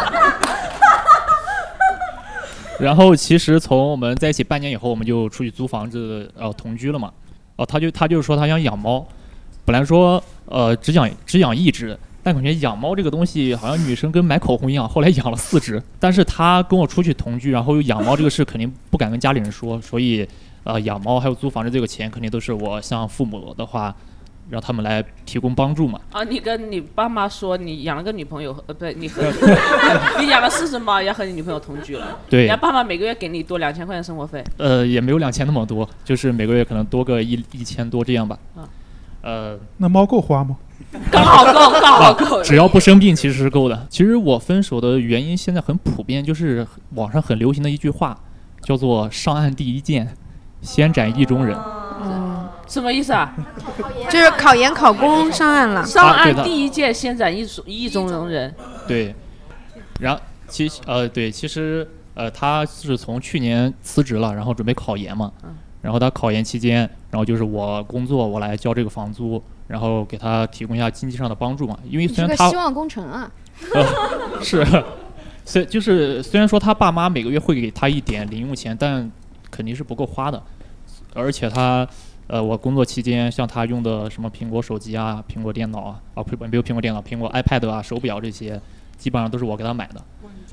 然后其实从我们在一起半年以后，我们就出去租房子，呃，同居了嘛。哦，他就他就是说他想养猫，本来说呃只养只养一只，但感觉养猫这个东西好像女生跟买口红一样，后来养了四只。但是他跟我出去同居，然后养猫这个事肯定不敢跟家里人说，所以呃养猫还有租房子这个钱肯定都是我向父母的话，让他们来提供帮助嘛。 啊，你跟你爸妈说你养了个女朋友，呃，不对，你和你养了四只猫，要和你女朋友同居了。 对。 人家爸妈每个月给你多两千块钱生活费。 呃，也没有两千那么多，就是每个月可能多个一一千多这样吧。 啊。 呃， 那猫够花吗？ 刚好够，刚好够。 只要不生病，其实是够的。其实我分手的原因现在很普遍，就是网上很流行的一句话，叫做“上岸第一箭，先斩意中人”。 嗯，什么意思啊？ 就是考研考公上岸了。 上岸第一箭，先斩意意中人。 对。然后其实呃对，其实呃他是从去年辞职了，然后准备考研嘛。嗯。然后他考研期间，然后就是我工作，我来交这个房租，然后给他提供一下经济上的帮助嘛。因为虽然他你是个希望工程啊。 呃、是，虽就是虽然说他爸妈每个月会给他一点零用钱，但肯定是不够花的。而且他呃，我工作期间像他用的什么苹果手机啊、苹果电脑啊，啊不没有苹果电脑，苹果 iPad 啊、手表这些，基本上都是我给他买的。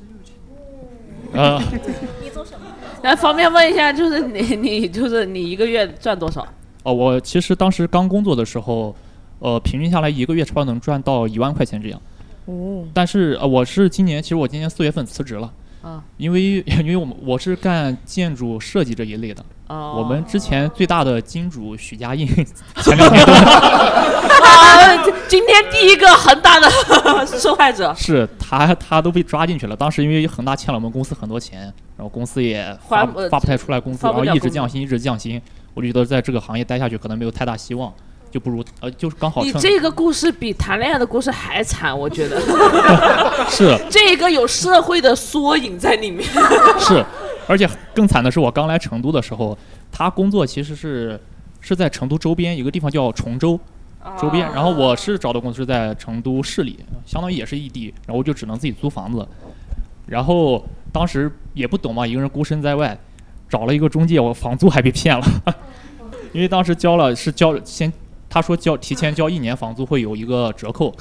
呃。 你做什么？那方便问一下，就是你你就是你一个月赚多少？ 哦，我其实当时刚工作的时候，呃，平均下来一个月差不多能赚到一万块钱这样。 哦。 但是呃，我是今年，其实我今年四月份辞职了。 啊。因为因为我们我是干建筑设计这一类的。 哦。 我们之前最大的金主许家印前两天都。 啊！今天第一个恒大的受害者。 是他，他都被抓进去了。当时因为恒大欠了我们公司很多钱，然后公司也发发不太出来工资，然后一直降薪，一直降薪。我就觉得在这个行业待下去可能没有太大希望，就不如呃，就是刚好。 你这个故事比谈恋爱的故事还惨，我觉得。 是。 这个有社会的缩影在里面。 是，而且更惨的是，我刚来成都的时候，他工作其实是是在成都周边一个地方叫崇州。周边，然后我是找的公司在成都市里，相当于也是异地，然后我就只能自己租房子。然后当时也不懂嘛，一个人孤身在外，找了一个中介，我房租还被骗了，因为当时交了是交先，他说交提前交一年房租会有一个折扣，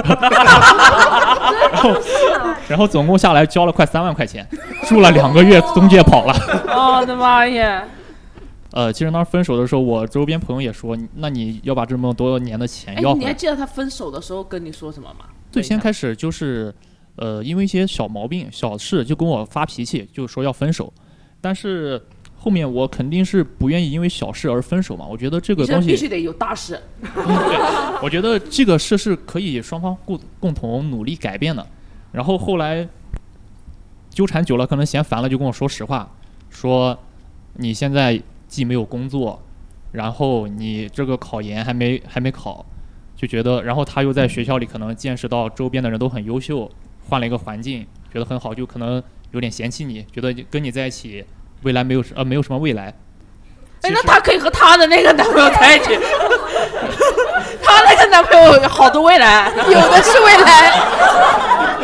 然后然后总共下来交了快三万块钱，住了两个月，中介跑了。 哦我的妈呀！ 呃，其实当时分手的时候，我周边朋友也说，那你要把这么多年的钱要回来。 你还记得他分手的时候跟你说什么吗？ 最先开始就是，呃，因为一些小毛病、小事就跟我发脾气，就说要分手。但是后面我肯定是不愿意因为小事而分手嘛。我觉得这个东西必须得有大事。 对，我觉得这个事是可以双方共共同努力改变的。然后后来纠缠久了，可能嫌烦了，就跟我说实话，说你现在既没有工作，然后你这个考研还没还没考，就觉得，然后他又在学校里可能见识到周边的人都很优秀，换了一个环境，觉得很好，就可能有点嫌弃你，觉得跟你在一起未来没有呃没有什么未来。 哎，那他可以和他的那个男朋友在一起，他那个男朋友有好多未来， 有的是未来。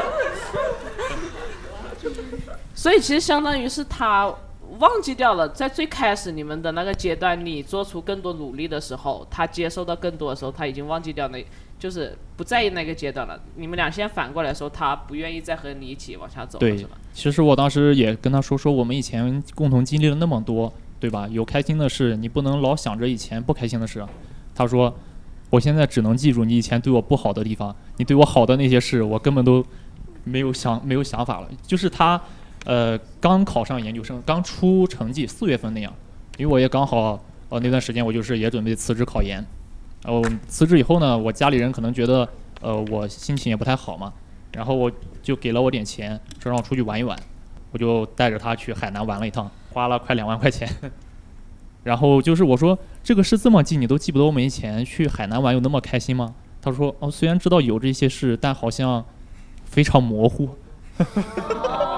所以其实相当于是他忘记掉了，在最开始你们的那个阶段，你做出更多努力的时候，他接受到更多的时候，他已经忘记掉那，就是不在意那个阶段了。你们俩现在反过来说，他不愿意再和你一起往下走了， 对， 是吧？ 其实我当时也跟他说说，我们以前共同经历了那么多，对吧？有开心的事，你不能老想着以前不开心的事。他说，我现在只能记住你以前对我不好的地方，你对我好的那些事，我根本都没有想没有想法了。就是他。呃，刚考上研究生，刚出成绩，四月份那样，因为我也刚好，呃，那段时间我就是也准备辞职考研，然后辞职以后呢，我家里人可能觉得，呃，我心情也不太好嘛，然后我就给了我点钱，说让我出去玩一玩，我就带着他去海南玩了一趟，花了快两万块钱，然后就是我说这个事这么近，你都记不得我们以前去海南玩有那么开心吗？他说，哦，虽然知道有这些事，但好像非常模糊。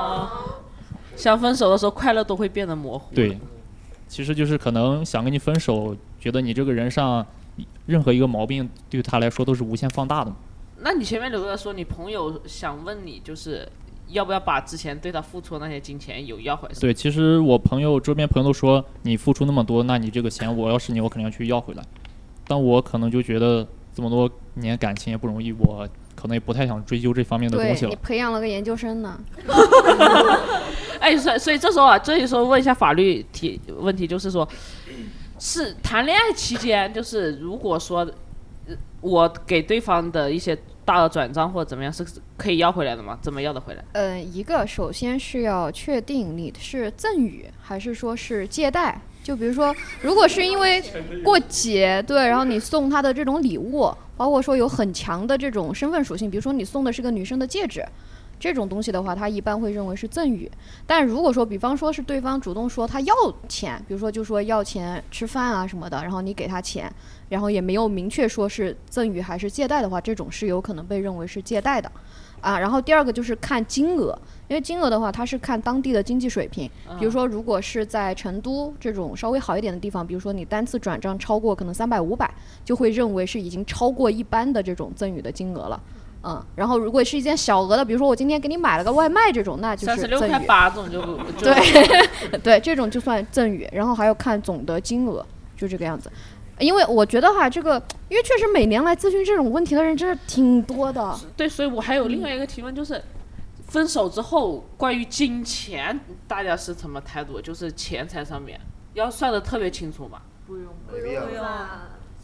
想分手的时候，快乐都会变得模糊。 对，其实就是可能想跟你分手，觉得你这个人上任何一个毛病对他来说都是无限放大的嘛。 那你前面刘哥说你朋友想问你，就是要不要把之前对他付出的那些金钱有要回来？ 对，其实我朋友周边朋友都说你付出那么多，那你这个钱我要是你，我肯定要去要回来。但我可能就觉得这么多年感情也不容易，我可能也不太想追究这方面的东西了。 对，你培养了个研究生呢。 哎，所以所以这时候啊，这时候问一下法律题问题，就是说，是谈恋爱期间，就是如果说我给对方的一些大额转账或者怎么样，是可以要回来的吗？怎么要得回来？ 呃，一个首先是要确定你是赠与还是说是借贷。就比如说，如果是因为过节，对，然后你送他的这种礼物，包括说有很强的这种身份属性，比如说你送的是个女生的戒指，这种东西的话，他一般会认为是赠与。但如果说，比方说是对方主动说他要钱，比如说就说要钱吃饭啊什么的，然后你给他钱，然后也没有明确说是赠与还是借贷的话，这种是有可能被认为是借贷的。啊，然后第二个就是看金额，因为金额的话，它是看当地的经济水平。比如说，如果是在成都这种稍微好一点的地方，比如说你单次转账超过可能三百、五百，就会认为是已经超过一般的这种赠与的金额了。嗯，然后如果是一件小额的，比如说我今天给你买了个外卖这种，那就是赠与。 三十六块八这种就不就对对，这种就算赠与。然后还要看总的金额，就这个样子。因为我觉得哈，这个因为确实每年来咨询这种问题的人真是挺多的。 对，所以我还有另外一个提问，就是分手之后关于金钱，大家是什么态度？就是钱财上面要算得特别清楚吗？ 不用，不用吧？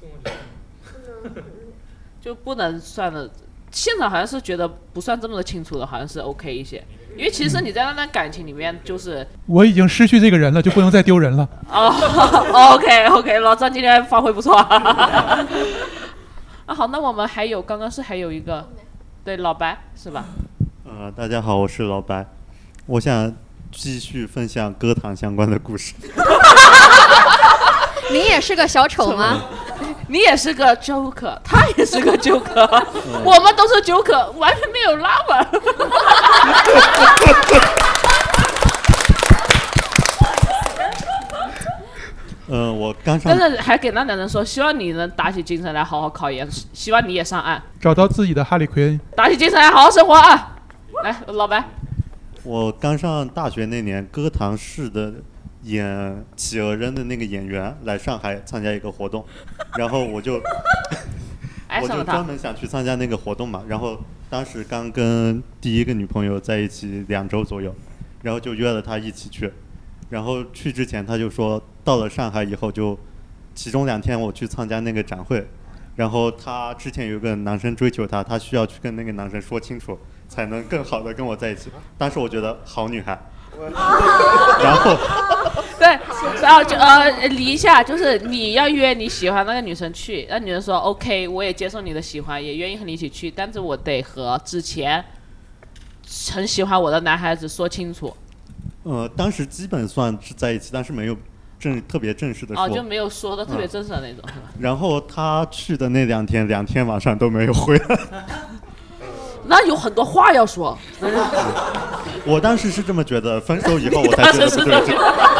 就不能算的。现场好像是觉得不算这么的清楚的，好像是 OK 一些。因为其实你在那段感情里面，就是我已经失去这个人了，就不能再丢人了。 哦 ，OK OK， 老张今天发挥不错。啊，好，那我们还有刚刚是还有一个，对，老白是吧？ 呃，大家好，我是老白，我想继续分享歌坛相关的故事。 你也是个小丑吗？ 你也是个 Joker， 他也是个 Joker， 我们都是 Joker， 完全没有拉吧。 呃，我刚上， 但是还给那男人说，希望你能打起精神来好好考研，希望你也上岸， 找到自己的哈利奎恩， 打起精神来好好生活啊！来，老白， 我刚上大学那年，歌坛市的演企鹅人的那个演员来上海参加一个活动，然后我就我就专门想去参加那个活动嘛，然后当时刚跟第一个女朋友在一起两周左右，然后就约了她一起去，然后去之前他就说到了上海以后就其中两天我去参加那个展会，然后他之前有个男生追求他，他需要去跟那个男生说清楚才能更好的跟我在一起，当时我觉得好女孩。然后， 对，然后就呃理一下，就是你要约你喜欢那个女生去，那女生说 OK， 我也接受你的喜欢，也愿意和你一起去，但是我得和之前很喜欢我的男孩子说清楚。 呃，当时基本算是在一起，但是没有正特别正式的说。 哦，就没有说的特别正式的那种， 嗯、 是吧？ 然后他去的那两天，两天晚上都没有回来。 那有很多话要说。 我当时是这么觉得，分手以后我才觉得不对劲。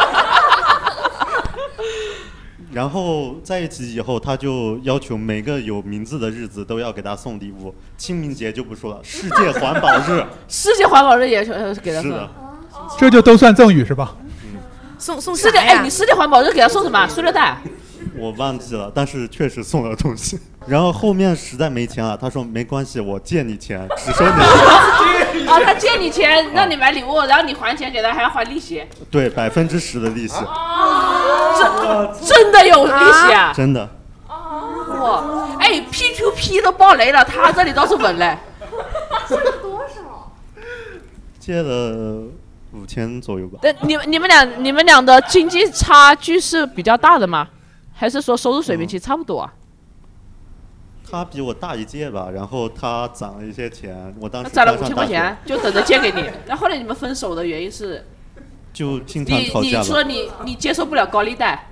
然后在一起以后，他就要求每个有名字的日子都要给他送礼物。清明节就不说了，世界环保日， 世界环保日也给他送。 是的， 这就都算赠与是吧？ 嗯， 送送世界哎，你世界环保日给他送什么？塑料袋？ 我忘记了，但是确实送了东西。然后后面实在没钱了，他说没关系，我借你钱，只收你钱。 哦，他借你钱让你买礼物，然后你还钱给他，还要还利息。 对，百分之十的利息。 哦，真真的有利息啊？ 真的。 哇，哎 ，P to P 都爆雷了，他这里倒是稳嘞。 借了多少？ 借了五千左右吧。 对，你们你们俩你们俩的经济差距是比较大的吗？还是说收入水平其实差不多啊？ 他比我大一届吧，然后他攒了一些钱，我当时攒了五千块钱，就等着借给你。然后后来你们分手的原因是？ 就经常吵架了。 你你说你你接受不了高利贷？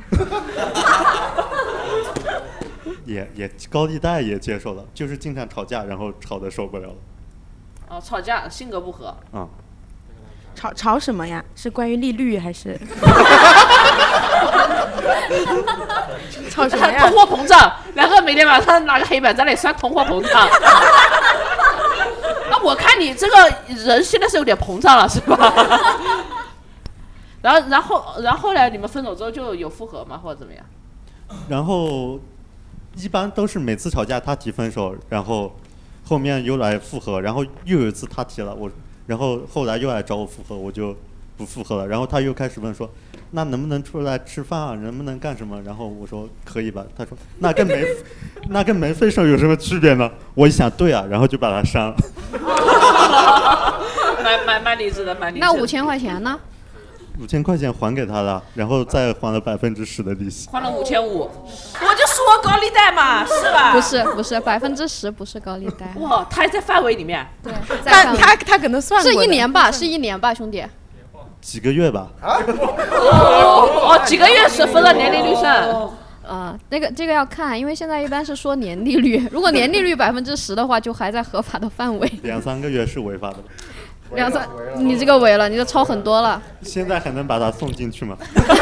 也也高利贷也接受了，就是经常吵架，然后吵得受不了了。 哦，吵架，性格不合。 啊、嗯。 吵吵什么呀？是关于利率还是？吵什么呀？ 通货膨胀，两个每天晚上拿个黑板在那里算通货膨胀。那我看你这个人现在是有点膨胀了，是吧？然后，然后，然后后来你们分手之后就有复合吗，或者怎么样？ 然后一般都是每次吵架他提分手，然后后面又来复合，然后又有一次他提了我，然后后来又来找我复合，我就不复合了。然后他又开始问说，那能不能出来吃饭啊？能不能干什么？然后我说可以吧。他说那跟没那跟没分手有什么区别呢？我一想对啊，然后就把他删了。 蛮蛮蛮理智的，蛮理智的。 那五千块钱呢？ 五千块钱还给他了，然后再还了百分之十的利息。 还了五千五，我就说高利贷嘛，是吧？ 不是不是，百分之十不是高利贷。 哇，他还在范围里面。 对， 他他他可能算过是一年吧，是一年吧，兄弟。 几个月吧。 哦哦，几个月是分了年利率算。 呃，那个这个要看，因为现在一般是说年利率，如果年利率百分之十的话，就还在合法的范围。 两三个月是违法的。 两三，你这个违了，你这超很多了。 现在还能把他送进去吗？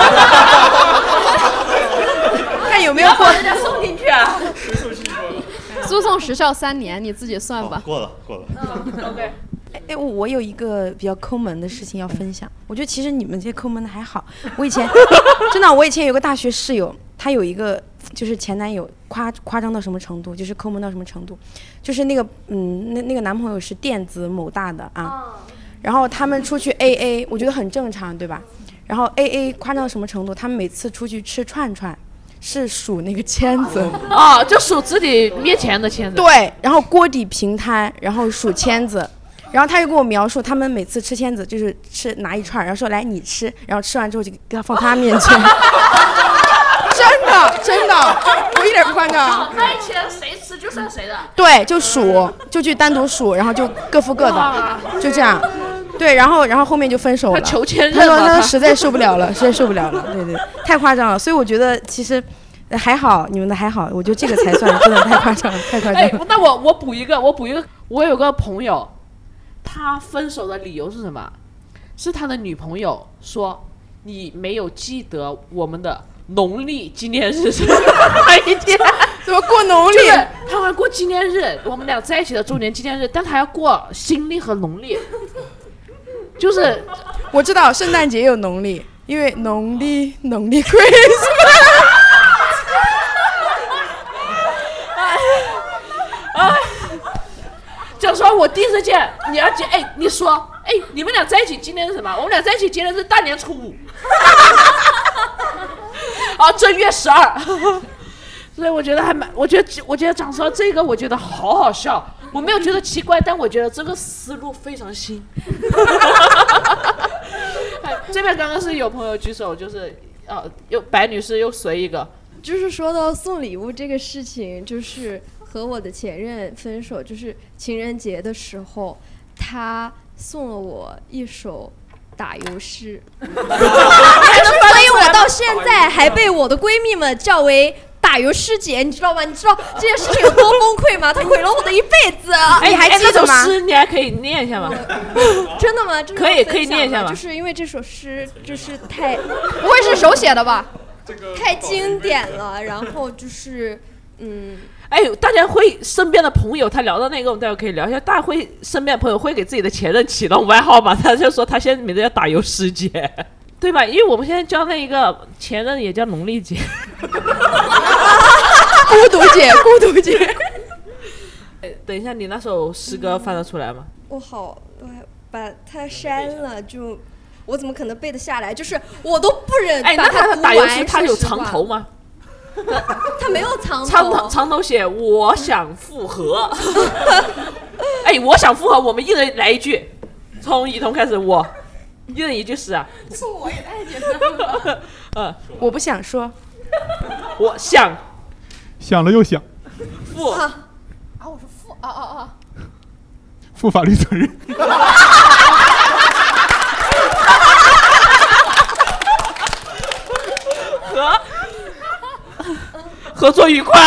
看有没有把人家送进去啊？ 诉讼时效三年，你自己算吧。 哦、过了，过了。 嗯、OK。 哎，我有一个比较抠门的事情要分享。我觉得其实你们这些抠门的还好。我以前真的，我以前有个大学室友，他有一个就是前男友夸夸张到什么程度，就是抠门到什么程度，就是那个嗯，那那个男朋友是电子某大的啊，然后他们出去 A A， 我觉得很正常，对吧？然后 A A 夸张到什么程度？他们每次出去吃串串，是数那个签子啊，就数自己面前的签子。 对，然后锅底平摊，然后数签子。然后他又跟我描述，他们每次吃签子就是吃拿一串，然后说来你吃，然后吃完之后就给他放他面前。真的真的，我一点不夸张。 那一钱谁吃就算谁的。 对，就数，就去单独数，然后就各付各的，就这样。对，然后然后后面就分手了。 他求签他说他实在受不了了，实在受不了了。对对，太夸张了。所以我觉得其实还好，你们的还好，我觉得这个才算真的太夸张了，太夸张了。 哎，那我我补一个，我补一个，我有个朋友。他分手的理由是什么？是他的女朋友说你没有记得我们的农历纪念日是哪一天？ 怎么过农历？ 就是他还过纪念日，我们俩在一起的周年纪念日，但他要过新历和农历。就是我知道圣诞节有农历，因为农历农历 Christmas。 哎。就说我第一次见你要见，哎，你说，哎，你们俩在一起今天是什么？我们俩在一起今天是大年初五，啊，正月十二，所以我觉得还蛮，我觉得我觉得讲说这个，我觉得好好笑，我没有觉得奇怪，但我觉得这个思路非常新。哎，这边刚刚是有朋友举手，就是啊，又白女士又随一个， 就是说到送礼物这个事情，就是。和我的前任分手，就是情人节的时候，他送了我一首打油诗，所以我到现在还被我的闺蜜们叫为打油诗姐，你知道吗？你知道这件事情有多崩溃吗？他毁了我的一辈子。 哎，你还记得吗？诗你还可以念一下吗？ 真的吗？真的可以，可以念一下吗？ 就是因为这首诗就是太， 不会是手写的吧？ 太经典了，然后就是嗯。 哎，大家会身边的朋友，他聊到那个，我们待会可以聊一下。大家会身边的朋友会给自己的前任起那种外号吗？他就说他现在名字叫打油诗姐，对吧？因为我们现在叫那一个前任也叫农历姐， 孤独姐，孤独姐。 哎，等一下，你那首诗歌翻得出来吗？ 我好，我把它删了，就我怎么可能背得下来？就是我都不忍把它读完。哎， 那他打油诗他有藏头吗？ 他没有藏头， 藏头藏头写我想复合。哎，我想复合，我们一人来一句，从雨桐开始，我一人一句诗啊。 这我也太简单了。 嗯，我不想说， 我想想了又想， 负啊啊，我说负啊啊啊， 负法律责任。 和合作愉快，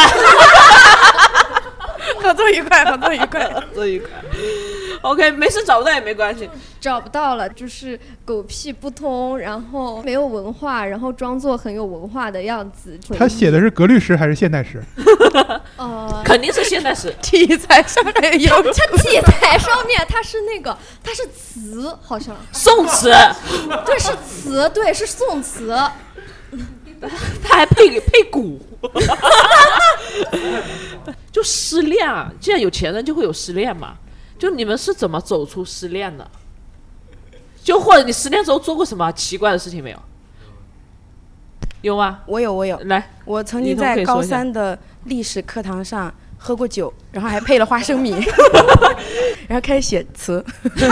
合作愉快，合作愉快， 合作愉快。OK， 没事找不到也没关系。 找不到了，就是狗屁不通，然后没有文化，然后装作很有文化的样子。 他写的是格律诗还是现代诗？ 呃， 肯定是现代诗。 题材上面有， 它题材上面它是那个，它是词，好像宋词。 对，是词，对，是宋词。 他还配配鼓。就失恋啊，既然有钱人就会有失恋嘛，就你们是怎么走出失恋的？就或者你失恋之后做过什么奇怪的事情没有？有吗？ 我有，我有。 来， 我曾经在高三的历史课堂上喝过酒，然后还配了花生米，然后开始写词。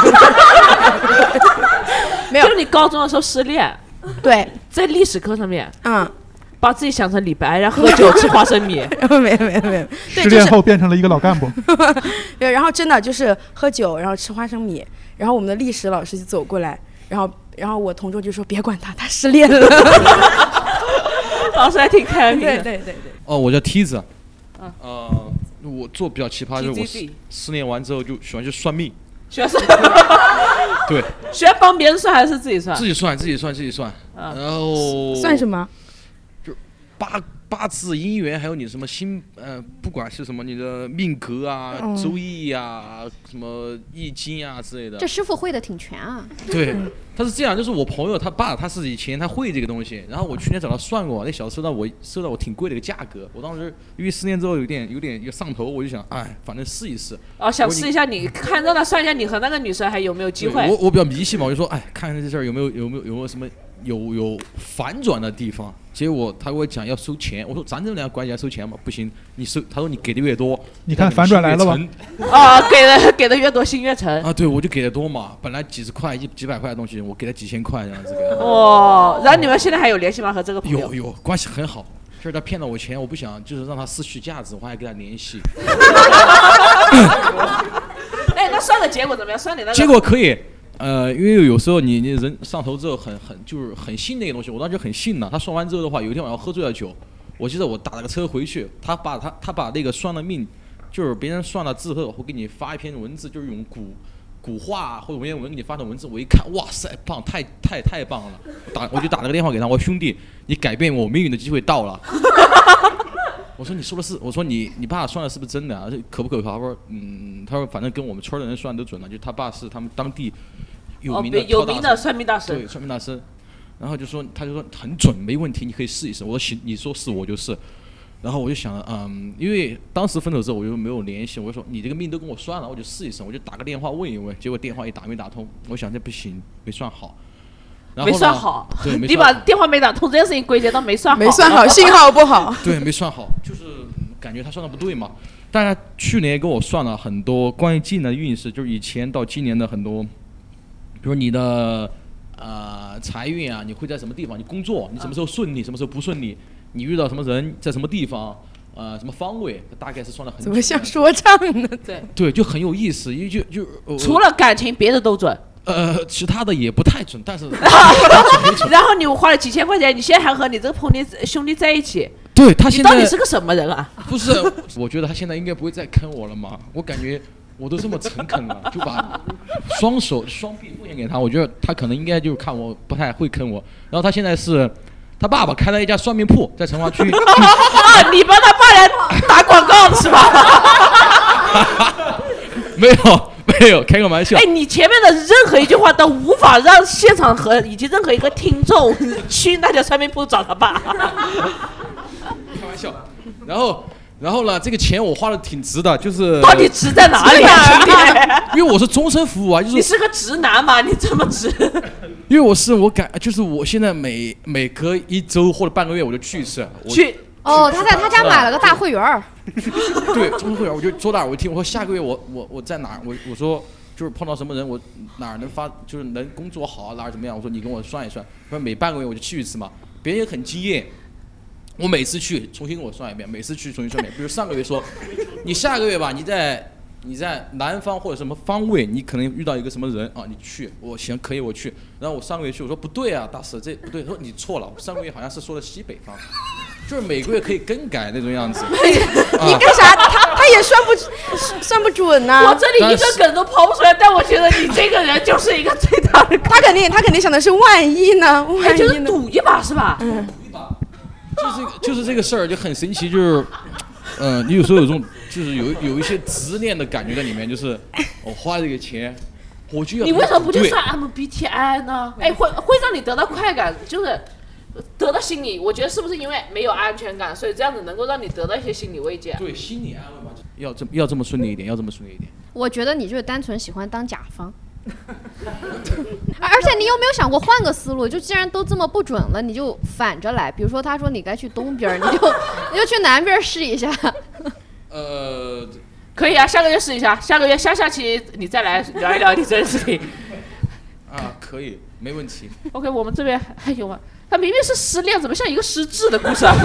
没有，就你高中的时候失恋， 对， 在历史课上面， 嗯。 把自己想成李白，然后喝酒吃花生米。 没有没有没有， 失恋后变成了一个老干部。 对，然后真的就是喝酒，然后吃花生米，然后我们的历史老师就走过来，然后然后我同桌就说别管他，他失恋了。 老师还挺开明的。 对对对对。 哦，我叫梯子。 嗯。 呃，我做比较奇葩，就是我失失恋完之后就喜欢去算命。 喜欢算？ 对。 喜欢帮别人算还是自己算？ 自己算，自己算，自己算。 嗯、 然后。 算什么？ 八八字姻缘，还有你什么星呃，不管是什么你的命格啊、嗯、周易啊、什么易经啊之类的。 这师傅会的挺全啊。 对，他是这样，就是我朋友他爸他是以前他会这个东西，然后我去年找他算过，那小子收到我收到我挺贵的一个价格，我当时因为失恋之后有点有点有上头，我就想哎，反正试一试。 哦，想试一下你，看让他算一下你和那个女生还有没有机会。 我我比较迷信嘛，我就说哎，看看这事儿有没有有没有有没有什么。有有反转的地方，结果他跟我讲要收钱，我说咱这两个关系还收钱吗？不行，你收，他说你给的越多， 你看反转来了吧？ 啊，给的给的越多心越沉啊，对，我就给的多嘛，本来几十块一几百块的东西，我给了几千块这样子给。 哦，然后你们现在还有联系吗？和这个朋友？ 有有关系很好，就是他骗了我钱，我不想就是让他失去价值，我还跟他联系。 哎，那算的结果怎么样？算你那个？ 结果可以。呃，因为有时候你你人上头之后很很就是很信那个东西，我当时就很信了。他算完之后的话，有一天晚上喝醉了酒，我记得我打了个车回去，他把他他把那个算了命，就是别人算了之后会给你发一篇文字，就是用古古话或者文言文给你发的文字，我一看，哇塞，棒，太太太棒了！我打我就打了个电话给他，我说兄弟，你改变我命运的机会到了。我说你说的是，我说你你爸算的是不是真的啊？可不可靠？他说嗯，他说反正跟我们村的人算都准了，就他爸是他们当地有名的、 哦、有名的算命大师， 对，算命大师。然后就说他就说很准，没问题，你可以试一试。我说行，你说是我就是。然后我就想了，嗯，因为当时分手之后我就没有联系，我就说你这个命都跟我算了，我就试一试，我就打个电话问一问。结果电话一打没打通，我想这不行，没算好。然后没算好， 对，没你把电话没打通这件事情归结到没算好， 没算好，信号不好。 对，没算好，就是感觉他算的不对嘛。但是他去年给我算了很多关于今年的运势，就是以前到今年的很多，比如你的呃财运啊，你会在什么地方？你工作，你什么时候顺利，什么时候不顺利？你遇到什么人，在什么地方？呃，什么方位？大概是算的很。 怎么像说唱呢？ 对对，就很有意思，因为就就、呃、 除了感情，别的都准。 呃，其他的也不太准，但是然后你花了几千块钱，你现在还和你这个朋友兄弟在一起， 对他现在你到底是个什么人啊？ 不是，我觉得他现在应该不会再坑我了嘛。我感觉我都这么诚恳了，就把双手双臂奉献给他，我觉得他可能应该就看我不太会坑我。然后他现在是他爸爸开了一家算命铺，在成华区。 啊，你帮他爸来打广告是吧？ 没有。没有，开个玩笑。 哎，你前面的任何一句话都无法让现场和以及任何一个听众去那家算命铺找他爸。 开玩笑。然后，然后呢？这个钱我花的挺值的，就是到底值在哪里啊？ 因为我是终身服务啊，就是你是个直男嘛？你这么直？ 因为我是我感，就是我现在每每隔一周或者半个月我就去一次。 去。 哦，他在他家买了个大会员儿。 对，中会员，我就坐那儿，我听，我说下个月我我我在哪儿？我我说就是碰到什么人，我哪儿能发，就是能工作好，哪儿怎么样？我说你跟我算一算，说每半个月我就去一次嘛。别人也很惊艳，我每次去重新给我算一遍，每次去重新算一遍。比如上个月说，你下个月吧，你在你在南方或者什么方位，你可能遇到一个什么人啊，你去，我行可以我去。然后我上个月去，我说不对啊，大师这不对，他说你错了，我上个月好像是说的西北方。就是每个月可以更改那种样子。 你干啥？他他他也算不算不准呐、 啊。我这里一个梗都抛不出来，但我觉得你这个人就是一个最大的。 他肯定他肯定想的是万一呢，万一呢， 哎、就是赌一把是吧？ 嗯， 赌一把。就是就是这个事儿就很神奇，就是，嗯、呃，你有时候有种就是有有一些执念的感觉在里面，就是我花这个钱。我就要你为什么不就算 M B T I 呢？哎，会会让你得到快感，就是得到心理。我觉得是不是因为没有安全感，所以这样子能够让你得到一些心理慰藉？ 对，心理安慰嘛，要这么要这么顺利一点，要这么顺利一点。 我觉得你就是单纯喜欢当甲方。而且你有没有想过换个思路？就既然都这么不准了，你就反着来。比如说他说你该去东边，你就你就去南边试一下。 呃。 可以啊，下个月试一下，下个月下下期你再来聊一聊你这件事情。 啊，可以，没问题。 OK， 我们这边还有吗？他明明是失恋，怎么像一个失智的故事啊？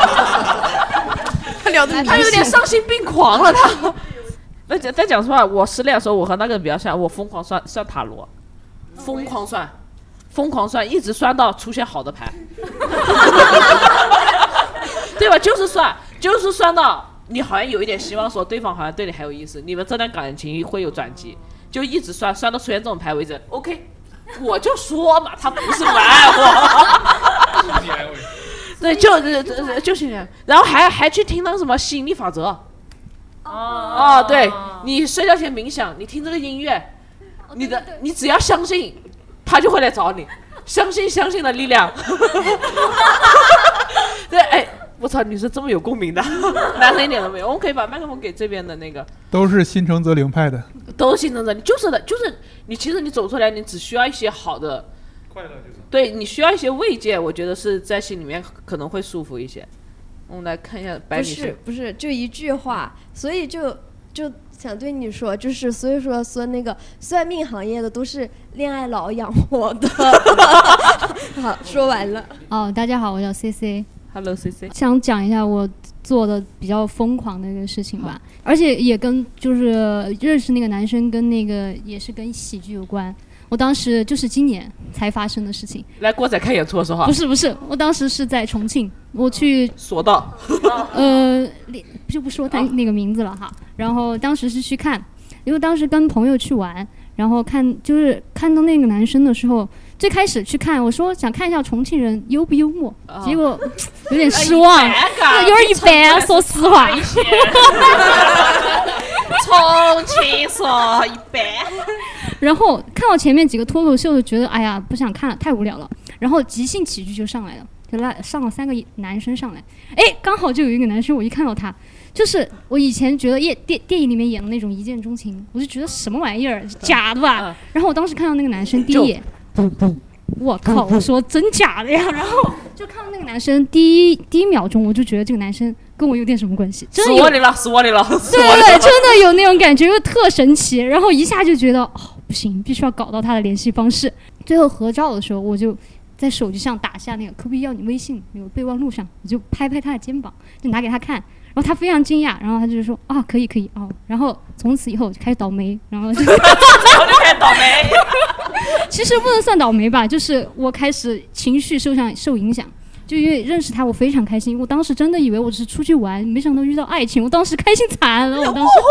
他聊的他有点丧心病狂了，他。那讲再讲实话，我失恋的时候，我和那个人比较像，我疯狂算算塔罗，疯狂算，疯狂算，一直算到出现好的牌，对吧？就是算，就是算到。你好像有一点希望说对方好像对你还有意思，你们这段感情会有转机，就一直算算到出现这种牌为止。OK， 我就说嘛，他不是不爱我。对，就就就是这样，然后还还去听那个什么吸引力法则。哦哦，对，你睡觉前冥想，你听这个音乐，你的你只要相信，他就会来找你，相信相信的力量。对，哎。我操，你是这么有共鸣的，男生一点都没有。我们可以把麦克风给这边的那个。 都是心诚则灵派的。 都是心诚则灵，就是的，就是你其实你走出来，你只需要一些好的快乐就是。 对，你需要一些慰藉，我觉得是在心里面可能会舒服一些。我们来看一下白女士。 不是不是，就一句话，所以就就想对你说，就是所以说说那个算命行业的都是恋爱脑养活的。好，说完了。 哦，大家好，我叫 C C。Hello C C， 想讲一下我做的比较疯狂的一个事情吧，而且也跟就是认识那个男生跟那个也是跟喜剧有关。我当时就是今年才发生的事情。 来郭仔看演出的时候？ 不是不是，我当时是在重庆，我去索道， 呃，就不说他那个名字了哈。然后当时是去看，因为当时跟朋友去玩，然后看就是看到那个男生的时候。最开始去看，我说想看一下重庆人幽不幽默，哦、结果有点失望，有点一般，说实话。 重庆说一般。 然后看到前面几个脱口秀，就觉得哎呀不想看了，太无聊了。然后即兴喜剧就上来了，就来上了三个男生上来，哎，刚好就有一个男生，我一看到他，就是我以前觉得电电电影里面演的那种一见钟情，我就觉得什么玩意儿，假的吧？嗯、然后我当时看到那个男生第一眼。不不，我靠！我说真假的呀，然后就看到那个男生第一第一秒钟，我就觉得这个男生跟我有点什么关系，真的有， 死我你了，死我你了， 对对对，真的有那种感觉，又特神奇，然后一下就觉得哦不行，必须要搞到他的联系方式。最后合照的时候，我就在手机上打下那个可不可以要你微信那个备忘录上，我就拍拍他的肩膀，就拿给他看。然后他非常惊讶，然后他就说啊可以可以哦，然后从此以后就开始倒霉，然后就开始倒霉。 其实不能算倒霉吧，就是我开始情绪受上受影响，就因为认识他我非常开心，我当时真的以为我只是出去玩，没想到遇到爱情，我当时开心惨了，我当时。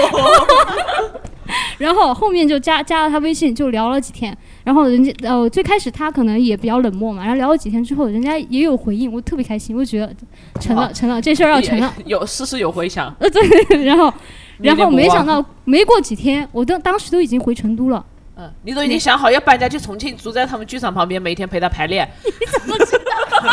然后后面就加加了他微信，就聊了几天。然后人家呃最开始他可能也比较冷漠嘛，然后聊了几天之后，人家也有回应，我特别开心，我就觉得成了、哦、成了，这事儿要成了， 有事事有回响。 呃对，然后然后没想到没过几天，我当当时都已经回成都了。 嗯，你都已经想好要搬家去重庆，住在他们剧场旁边，每天陪他排练。 你怎么知道？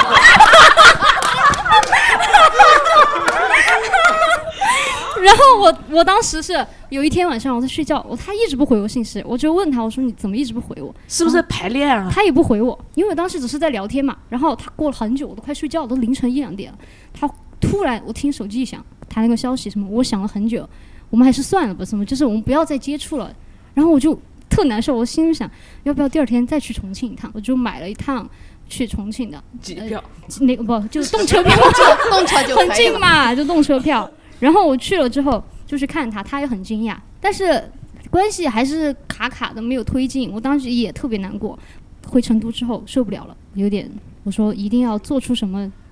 然后我我当时是有一天晚上我在睡觉，我他一直不回我信息，我就问他，我说你怎么一直不回我？ 是不是排练啊？ 他也不回我，因为我当时只是在聊天嘛。然后他过了很久，我都快睡觉了，都凌晨一两点了。他突然我听手机一响，他那个消息什么，我想了很久，我们还是算了吧，什么就是我们不要再接触了。然后我就特难受，我心里想要不要第二天再去重庆一趟，我就买了一趟去重庆的机票， 呃、那个不就是动车票， 动车就很近嘛，就动车票。然后我去了之后就去看他，他也很惊讶，但是关系还是卡卡的，没有推进。我当时也特别难过。回成都之后受不了了，有点我说一定要做出什么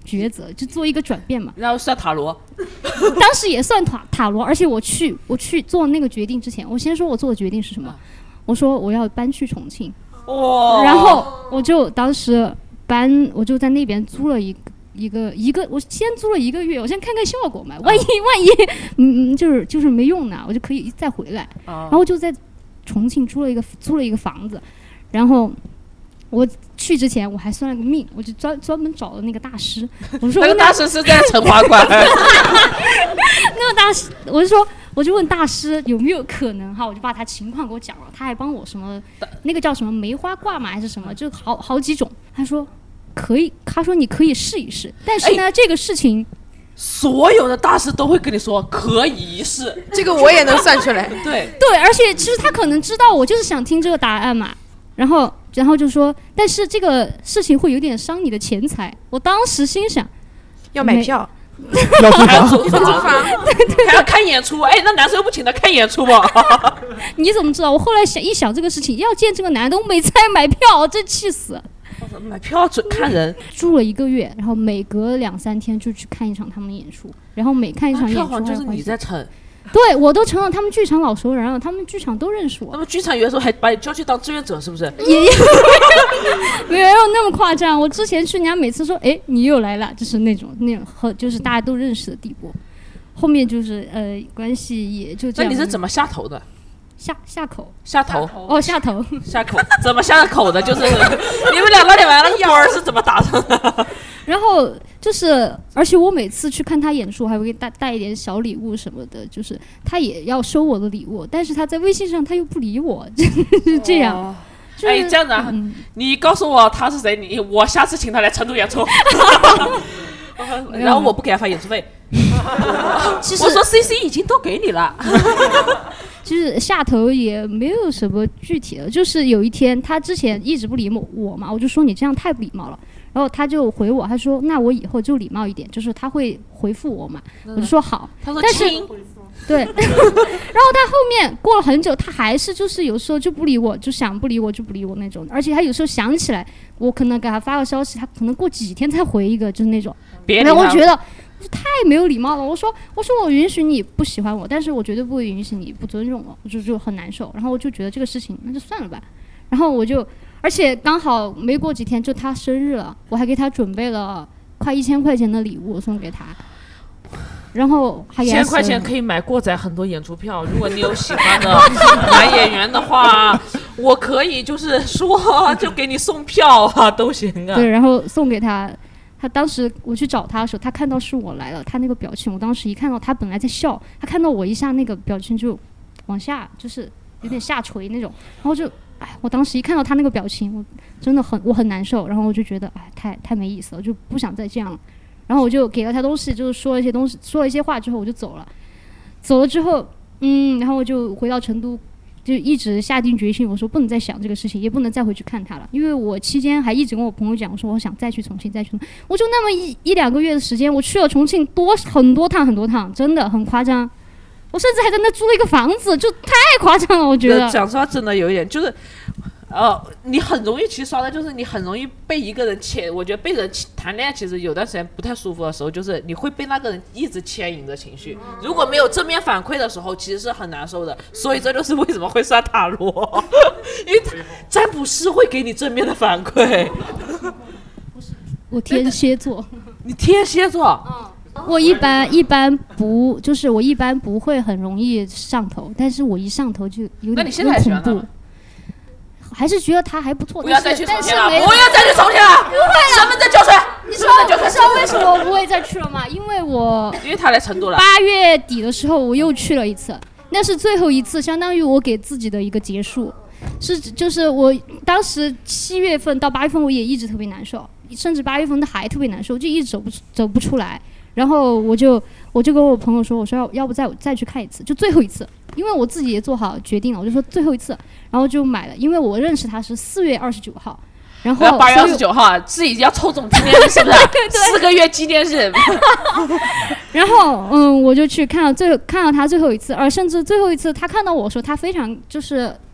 抉择，就做一个转变嘛。 然后算塔罗， 当时也算塔塔罗，而且我去我去做那个决定之前，我先说我做的决定是什么，我说我要搬去重庆， 哇， 然后我就当时搬，我就在那边租了一个。一个一个，我先租了一个月，我先看看效果嘛，万一、哦、万一，嗯嗯，就是就是没用呢，我就可以再回来。哦、然后就在重庆租了一个租了一个房子，然后我去之前我还算了个命，我就专专门找了那个大师，我说那个大师是在成华馆， 那个大师，我就说我就问大师有没有可能哈，我就把他情况给我讲了，他还帮我什么那个叫什么梅花卦嘛还是什么，就好好几种，他说。可以，他说你可以试一试，但是呢，哎、这个事情， 所有的大师都会跟你说可以一试， 这个我也能算出来。 对对，而且其实他可能知道我就是想听这个答案嘛，然后然后就说，但是这个事情会有点伤你的钱财。我当时心想， 要买票， 要租房， 租房，还要看演出。哎，那男生又不请他看演出吗？ 你怎么知道？我后来想一想这个事情，要见这个男的，我没才买票，真气死。 买票准看人， 住了一个月，然后每隔两三天就去看一场他们演出，然后每看一场演出， 票房就是你在撑。 对，我都成了他们剧场老熟人了，他们剧场都认识我。 那么剧场有的时候还把你叫去当志愿者，是不是？ 也没有那么夸张。我之前去，人家每次说，哎，你又来了，就是那种那种和就是大家都认识的地步。后面就是呃关系也就这样。 那你是怎么下头的？ 下下口下头哦下头下口怎么下口的？就是你们两个里面那个波儿是怎么打成的？ 然后就是，而且我每次去看他演出，还会带带一点小礼物什么的，就是他也要收我的礼物，但是他在微信上他又不理我，就是这样。哦就是、 哎，这样子啊，嗯、你告诉我他是谁，你我下次请他来成都演出，然后我不给他发演出费。其实我说 C C 已经都给你了。 就是下头也没有什么具体的，就是有一天他之前一直不理我嘛，我就说你这样太不礼貌了，然后他就回我，他说那我以后就礼貌一点，就是他会回复我嘛，嗯、我就说好， 他说但是对，然后他后面过了很久，他还是就是有时候就不理我，就想不理我就不理我那种，而且他有时候想起来，我可能给他发个消息，他可能过几天才回一个，就是那种，然后我觉得。太没有礼貌了！我说，我说我允许你不喜欢我，但是我绝对不会允许你不尊重我，我就就很难受。然后我就觉得这个事情那就算了吧。然后我就，而且刚好没过几天就他生日了，我还给他准备了快一千块钱的礼物送给他。然后还一千块钱可以买过载很多演出票。如果你有喜欢的男演员的话，我可以就是说就给你送票啊，都行啊。 对，然后送给他。他当时我去找他的时候，他看到是我来了，他那个表情，我当时一看到他本来在笑，他看到我一下那个表情就往下，就是有点下垂那种，然后就，哎，我当时一看到他那个表情，我真的很我很难受，然后我就觉得，哎，太太没意思了，就不想再这样了，然后我就给了他东西，就是说了一些东西，说了一些话之后我就走了，走了之后，嗯，然后我就回到成都。就一直下定决心，我说不能再想这个事情，也不能再回去看他了，因为我期间还一直跟我朋友讲，我说我想再去重庆，再去重庆，我就那么一一两个月的时间，我去了重庆多很多趟很多趟，真的很夸张，我甚至还在那租了一个房子，就太夸张了，我觉得。 讲实话，真的有一点就是。呃，你很容易其实刷的就是你很容易被一个人牵，我觉得被人谈恋爱其实有段时间不太舒服的时候，就是你会被那个人一直牵引着情绪，如果没有正面反馈的时候，其实是很难受的。所以这就是为什么会刷塔罗，因为占卜师会给你正面的反馈。 我天蝎座， 你天蝎座？ 嗯，我一般一般不就是我一般不会很容易上头，但是我一上头就有点恐怖。还是觉得他还不错， 不要再去重庆了， 不要再去重庆了， 不会了， 身份证交出来。 你知道你知道为什么我不会再去了吗？因为我因为他来成都了。 八月底的时候我又去了一次，那是最后一次，相当于我给自己的一个结束。是就是我当时七月份到八月份我也一直特别难受，甚至八月份的还特别难受，就一直走不走不出来。然后我就我就跟我朋友说，我说要要不再再去看一次，就最后一次，因为我自己也做好决定了，我就说最后一次，然后就买了，因为我认识他是四月二十九号，然后八月二十九号自己要抽中纪念日，是不是？四个月纪念日。 然后嗯，我就去看了最后看了他最后一次，而甚至最后一次他看到我说他非常就是。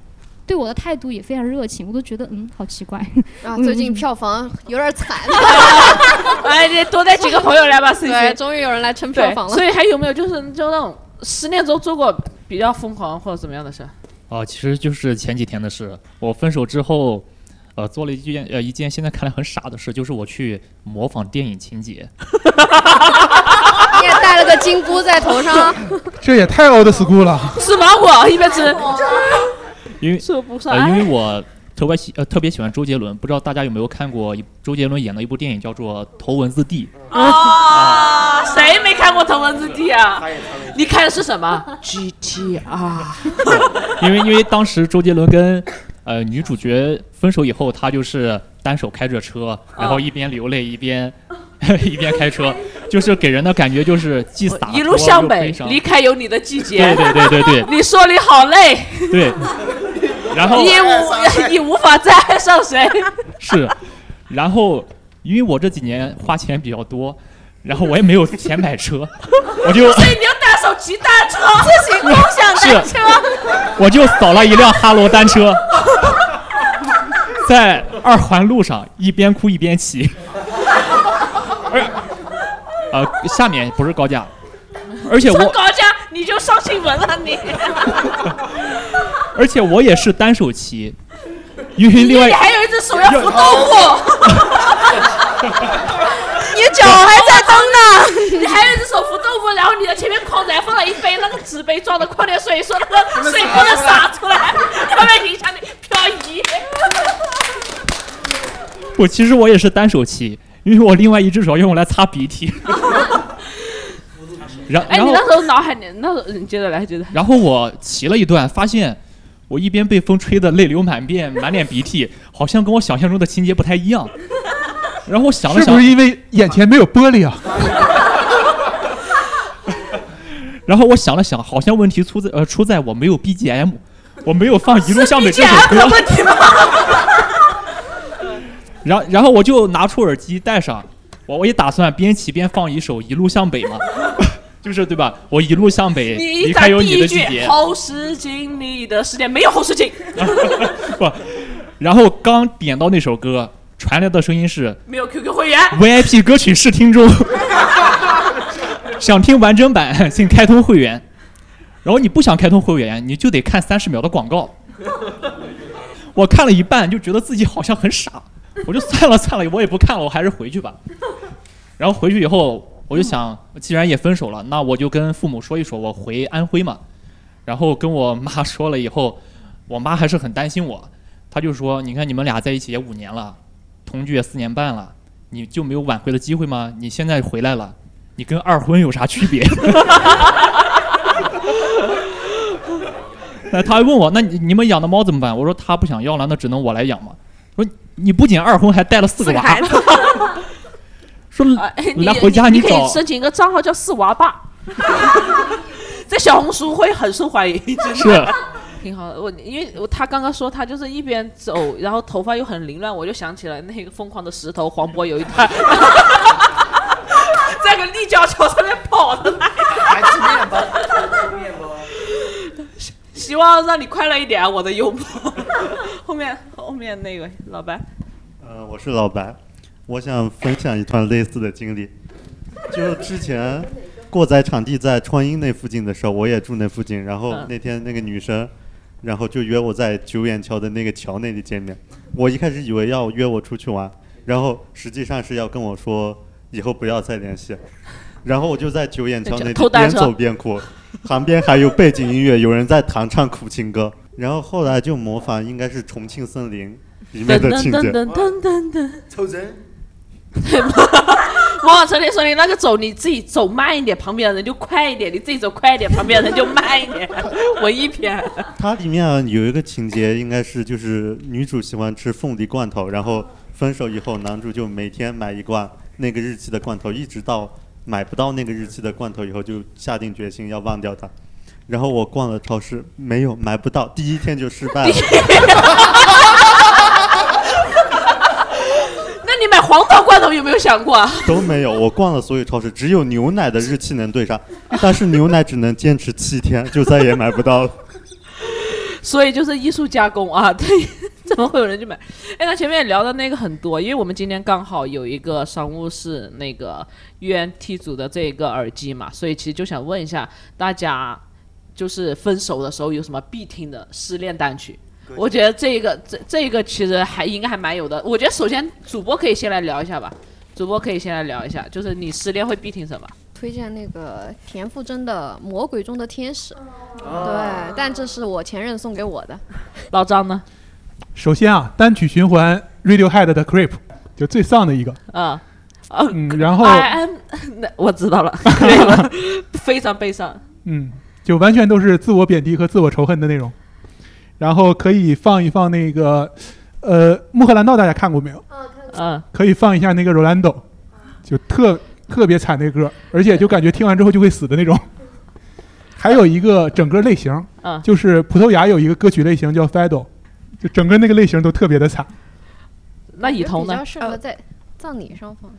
对我的态度也非常热情，我都觉得嗯好奇怪。 啊，最近票房有点惨。 哎，你多带几个朋友来吧， 对，终于有人来撑票房了。 所以还有没有就是就那种十年中做过比较疯狂或者怎么样的事？ 哦，其实就是前几天的事。我分手之后，呃，做了一件呃一件现在看来很傻的事，就是我去模仿电影情节。 你也戴了个金箍在头上。 这也太 old school 了。 吃芒果一边吃。 因为说不上呃，因为我特别喜呃特别喜欢周杰伦，不知道大家有没有看过一周杰伦演的一部电影叫做《头文字 D》 啊？谁没看过《头文字 D》啊？你看的是什么 ？G T R。 因为因为当时周杰伦跟呃女主角分手以后，他就是单手开着车，然后一边流泪一边一边开车，就是给人的感觉就是既洒脱一路向北， 又悲伤离开有你的季节。 对对对对对。 你说你好累。 对。然后你无你无法再爱上谁。 是，然后因为我这几年花钱比较多，然后我也没有钱买车，我就所以你就单手骑单车，自行共享单车。 我就扫了一辆哈罗单车，在二环路上一边哭一边骑。呃，下面不是高架，而且我高架你就上新闻了你。 而且我也是单手骑，因为另外你还有一只手要扶豆腐， 你脚还在蹬呢， 你还有一只手扶豆腐，然后你的前面筐子还放了一杯那个纸杯装的矿泉水，说那个水不能洒出来，要不然影响你漂移。 我其实我也是单手骑，因为我另外一只手要用来擦鼻涕。然哎，你那时候脑海，那时候你接着来，接着来。 然后我骑了一段，发现我一边被风吹得泪流满面，满脸鼻涕，好像跟我想象中的情节不太一样。然后我想了想， 是不是因为眼前没有玻璃啊？ 然后我想了想，好像问题出在呃出在我没有 B G M， 我没有放《一路向北》这首歌。 问题吗？ 然后然后我就拿出耳机戴上，我我也打算边骑边放一首《一路向北》嘛。就是对吧？我一路向北，离开有你的季节。 后视镜里的时间没有后视镜。 不，然后刚点到那首歌，传来的声音是没有 Q Q 会员 V I P 歌曲试听中，想听完整版请开通会员。然后你不想开通会员，你就得看三十秒的广告。我看了一半就觉得自己好像很傻，我就算了算了，我也不看了，我还是回去吧。然后回去以后。我就想，既然也分手了，那我就跟父母说一说，我回安徽嘛。然后跟我妈说了以后，我妈还是很担心我，她就说：“你看你们俩在一起也五年了，同居也四年半了，你就没有挽回的机会吗？你现在回来了，你跟二婚有啥区别？”那她还问我：“那你你们养的猫怎么办？”我说：“她不想要了，那只能我来养嘛。”说：“你不仅二婚，还带了四个娃。”说来回家你找， 可以申请一个账号叫四娃爸，在小红书会很受欢迎， 是挺好的。我因为我他刚刚说他就是一边走，然后头发又很凌乱，我就想起了那个疯狂的石头黄渤有一段，在个立交桥上面跑的， 还吃面包，吃面包。 希望让你快乐一点啊，我的幽默。后面后面那个老白， 呃，我是老白。我想分享一段类似的经历，就之前过载场地在创英那附近的时候，我也住那附近，然后那天那个女生，然后就约我在九眼桥的那个桥那里见面。我一开始以为要约我出去玩，然后实际上是要跟我说以后不要再联系。然后我就在九眼桥那里边走边哭，旁边还有背景音乐，有人在弹唱苦情歌。然后后来就模仿应该是《重庆森林》里面的情节， 噔噔噔噔， 抽针。 对吗？往往陈天说你那个走，你自己走慢一点，旁边的人就快一点；你自己走快一点，旁边的人就慢一点。文艺片。 它里面有一个情节，应该是就是女主喜欢吃凤梨罐头，然后分手以后，男主就每天买一罐那个日期的罐头，一直到买不到那个日期的罐头以后，就下定决心要忘掉它。然后我逛了超市，没有买不到，第一天就失败了。 你买黄桃罐头有没有想过啊？ 都没有，我逛了所有超市，只有牛奶的日期能对上，但是牛奶只能坚持七天，就再也买不到了。 所以就是艺术加工啊，对，怎么会有人去买？哎，那前面也聊的那个很多，因为我们今天刚好有一个商务是那个 U N T 组的这个耳机嘛，所以其实就想问一下大家，就是分手的时候有什么必听的失恋单曲？我觉得这个这这个其实还应该还蛮有的。我觉得首先主播可以先来聊一下吧，主播可以先来聊一下，就是你失恋会必听什么？ 推荐那个田馥甄的《魔鬼中的天使》，哦、对，但这是我前任送给我的。 老张呢？ 首先啊，单曲循环 Radiohead 的 Creep 就最丧的一个。 啊、 嗯，嗯，然后 I am, 我知道了，非常悲伤。 嗯，就完全都是自我贬低和自我仇恨的内容。然后可以放一放那个，呃，穆赫兰道大家看过没有？ 嗯， 可以放一下那个 Rolando， 就特特别惨那歌，而且就感觉听完之后就会死的那种。还有一个整个类型， 嗯， 就是葡萄牙有一个歌曲类型叫 Fado， 就整个那个类型都特别的惨。 那以彤呢？ 比较适合在葬礼上放。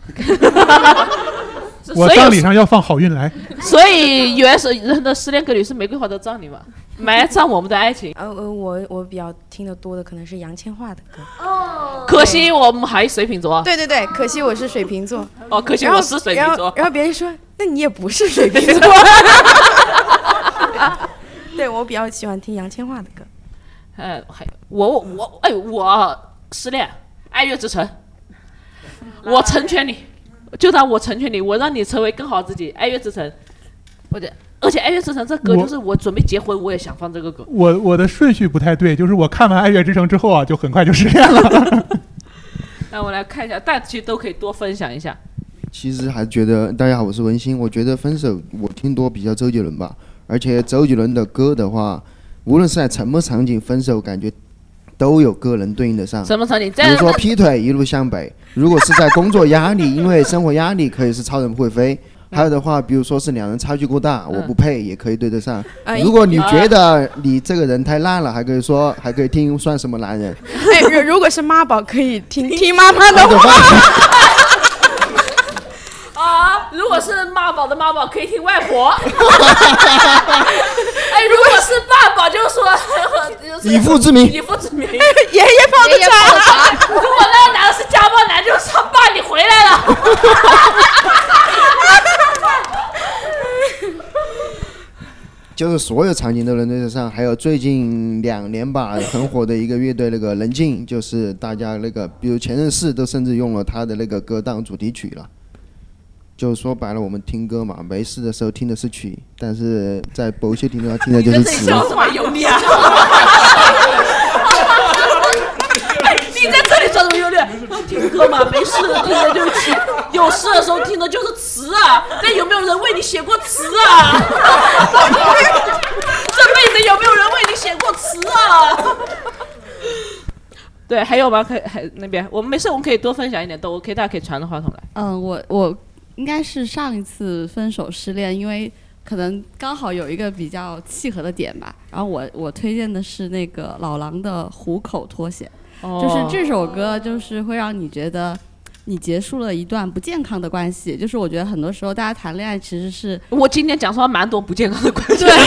我葬礼上要放好运来。 所以原始人的失恋歌曲是玫瑰花的葬礼嘛？埋葬我们的爱情。 呃呃，我我比较听得多的可能是杨千嬅的歌。 哦，可惜我们还水瓶座。 对对对，可惜我是水瓶座。 哦，可惜我是水瓶座。 然后, 然后, 然后别人说，那你也不是水瓶座。对，我比较喜欢听杨千嬅的歌。 呃，还我我哎我失恋，爱乐之城，我成全你，就当我成全你，我让你成为更好自己。爱乐之城，我的。而且《爱乐之城》这歌就是我准备结婚，我也想放这个歌。 我我的顺序不太对，就是我看完《爱乐之城》之后啊，就很快就失恋了。 那我来看一下，但其实都可以多分享一下。 其实还觉得，大家好，我是文心。我觉得分手我听多比较周杰伦吧，而且周杰伦的歌的话，无论是在什么场景分手，感觉都有歌能对应得上。 什么场景？ 比如说劈腿一路向北，如果是在工作压力，因为生活压力，可以是超人不会飞。还有的话，比如说是两人差距过大，嗯、我不配，也可以对得上。嗯、如果你觉得你这个人太烂了，还可以说，还可以听算什么男人？ 哎，如果是妈宝，可以听听妈妈的话。 啊，如果是妈宝的妈宝，可以听外婆。哎，如果是爸宝，就说以父之名， 以父之名，爷爷泡的茶。 如果那个男的是家暴男，就说爸，你回来了。 就是所有场景都能对得上，还有最近两年吧很火的一个乐队那个冷静，就是大家那个比如前任四都甚至用了他的那个歌当主题曲了。就说白了，我们听歌嘛，没事的时候听的是曲，但是在某些听的听的就是词。 你笑什么油腻啊？你在这里装什么优劣？听歌嘛，没事的听的就是曲，有事的时候听的就是词啊。但有没有人为你写过词啊？这辈子有没有人为你写过词啊？对，还有吗？可以，还那边我们没事，我们可以多分享一点都 OK， 大家可以传着话筒来。 嗯，我我应该是上一次分手失恋，因为可能刚好有一个比较契合的点吧。然后我我推荐的是那个老狼的《虎口脱险》。就是这首歌，就是会让你觉得你结束了一段不健康的关系。就是我觉得很多时候大家谈恋爱其实是， 我今天讲说蛮多不健康的关系。 对，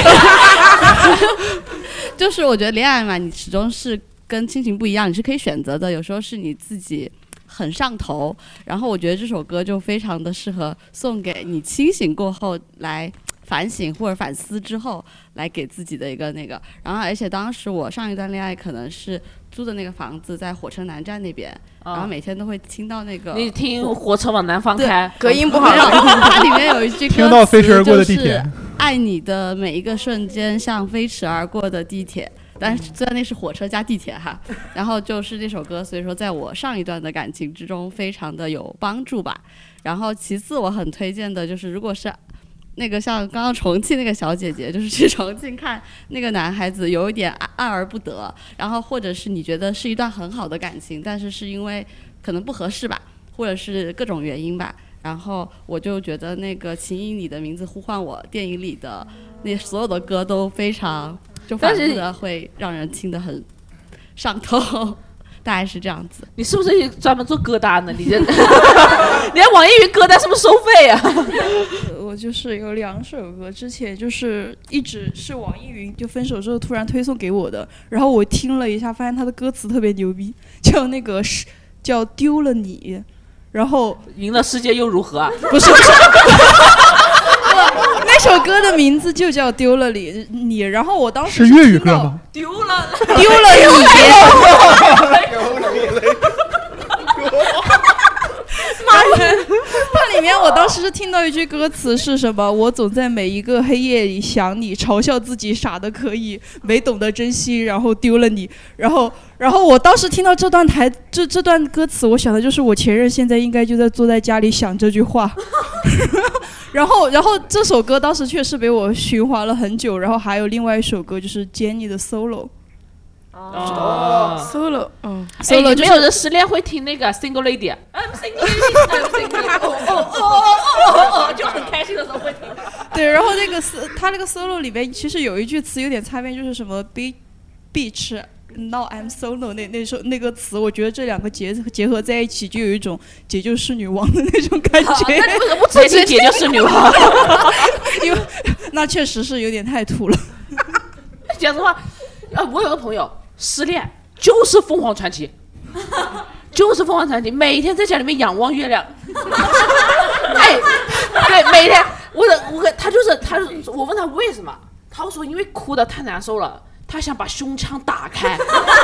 就是我觉得恋爱嘛，你始终是跟亲情不一样，你是可以选择的。有时候是你自己很上头，然后我觉得这首歌就非常的适合送给你清醒过后来反省或者反思之后来给自己的一个那个。然后而且当时我上一段恋爱可能是租的那个房子在火车南站那边，哦、然后每天都会听到那个。 你听火车往南方开， 隔音不好。 它里面有一句歌词， 听到飞驰而过的地铁， 就是爱你的每一个瞬间像飞驰而过的地铁。但是虽然那是火车加地铁哈，然后就是这首歌，所以说在我上一段的感情之中非常的有帮助吧。然后其次我很推荐的就是，如果是那个像刚刚重庆那个小姐姐，就是去重庆看那个男孩子有一点爱而不得，然后或者是你觉得是一段很好的感情，但是是因为可能不合适吧，或者是各种原因吧，然后我就觉得那个请以你的名字呼唤我电影里的那所有的歌都非常就反复的会让人听得很上头，大概是这样子。 你是不是专门做歌单呢？你这，你在网易云歌单是不是收费啊？ 我我就是有两首歌，之前就是一直是网易云就分手之后突然推送给我的，然后我听了一下，发现他的歌词特别牛逼，叫那个是叫丢了你，然后赢了世界又如何啊？ 不是不是。那首歌的名字就叫丢了你你，然后我当时是粤语歌吗？ 丢了丢了你。妈人，它里面我当时是听到一句歌词是什么？我总在每一个黑夜里想你，嘲笑自己傻得可以，没懂得珍惜，然后丢了你。然后，然后我当时听到这段台这这段歌词，我想的就是我前任现在应该就在坐在家里想这句话。然后，然后这首歌当时确实被我循环了很久。然后还有另外一首歌就是 Jennie 的 Solo。 哦 ，solo， 嗯 ，solo 没有人失恋会听那个 Single Lady，I'm Single Lady，I'm Single Lady，哦哦哦哦哦哦，就很开心的时候会听。 对，然后那个他那个 solo 里面其实有一句词有点擦边，就是什么 beach。Now I'm solo 那那首那个词，我觉得这两个结结合在一起，就有一种姐就是女王的那种感觉。 那你为什么不直接听姐就是女王？ 因为那确实是有点太土了。 讲实话，呃，我有个朋友失恋就是凤凰传奇，就是凤凰传奇，每天在家里面仰望月亮。哎，对，每天我的我他就是他，我问他为什么，他说因为哭得太难受了。他想把胸腔打开，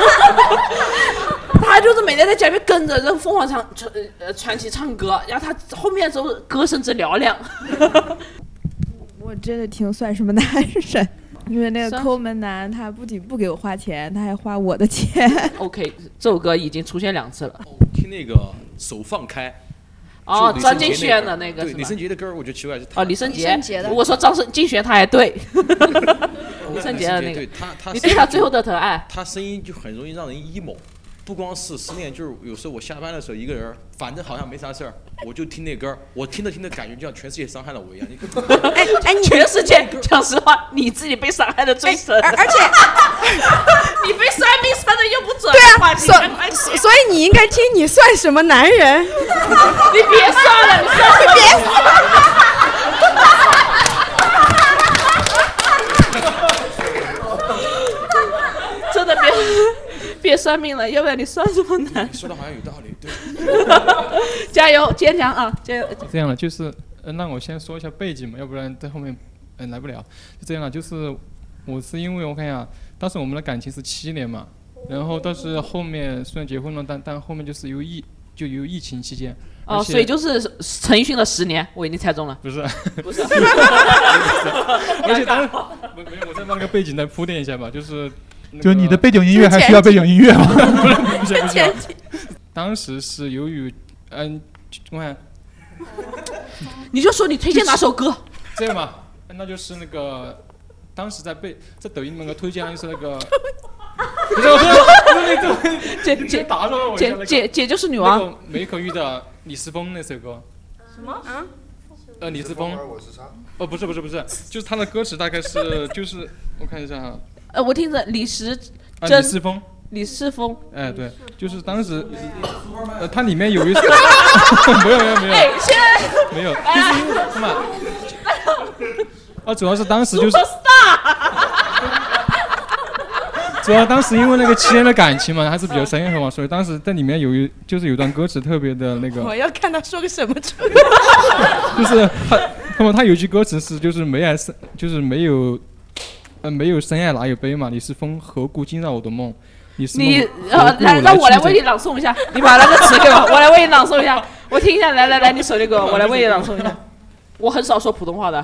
他就是每天在家里面跟着这凤凰传呃传奇唱歌，然后他后面都歌声之嘹亮。 我真的挺算什么男人，因为那个抠门男他不仅不给我花钱，他还花我的钱。 OK， 这首歌已经出现两次了。 听那个手放开。 哦，张敬轩的那个对，李圣杰的歌我觉得奇怪是哦，李圣杰，如果说张敬轩他还对，李圣杰的那个， 他他你对他最后的疼爱， 他声音就很容易让人 emo， 不光是失恋，就是有时候我下班的时候一个人，反正好像没啥事儿，我就听那歌，我听着听着感觉就像全世界伤害了我一样。 哎哎，全世界，讲实话，你自己被伤害的最深， 而而且你被算命算的又不准， 对啊，所所以你应该听你算什么男人？ 你别算了，你算你别算了。 真的别别算命了，要不然你算什么男？ 说的好像有道理，对。 加油，坚强啊！加油。 这样了，就是呃，那我先说一下背景嘛，要不然在后面嗯、呃、来不了。就这样了，就是我是因为我看一下，当时我们的感情是七年嘛，然后但是后面虽然结婚了，但但后面就是由疫就由疫情期间。 哦，所以就是陈奕迅的十年，我已经猜中了。 不是， 不是。 而且当时没有，我再把那个背景再铺垫一下吧，就是。 就你的背景音乐还需要背景音乐吗？ 不是不是，当时是由于嗯，我看， 你就说你推荐哪首歌？ 这样吧，那就是那个当时在背在抖音里面推荐的就是那个，不是不是那个姐姐打扰我姐姐姐就是女王。 那个梅可玉的李时丰那首歌。 什么啊？ 呃，李时丰。哦，不是不是不是，就是他的歌词大概是就是我看一下哈。 呃，我听着李时珍、啊、李世峰、 李世峰， 哎，对，就是当时，呃，它里面有一首，没有没有没有， 哎，现在没有，就是因为什么？啊，主要是当时就是，主要当时因为那个七年的感情嘛，还是比较深刻嘛，所以当时在里面有一就是有段歌词特别的那个。 我要看他说个什么出来。 就是他，那么他有句歌词是就是没爱生，就是没有。呃，没有深爱哪有悲嘛？你是风，何故惊扰我的梦？你是你呃，来，让我来为你朗诵一下，你把那个词给我，我来为你朗诵一下，我听一下，来来来，你手里给我，我来为你朗诵一下。我很少说普通话的。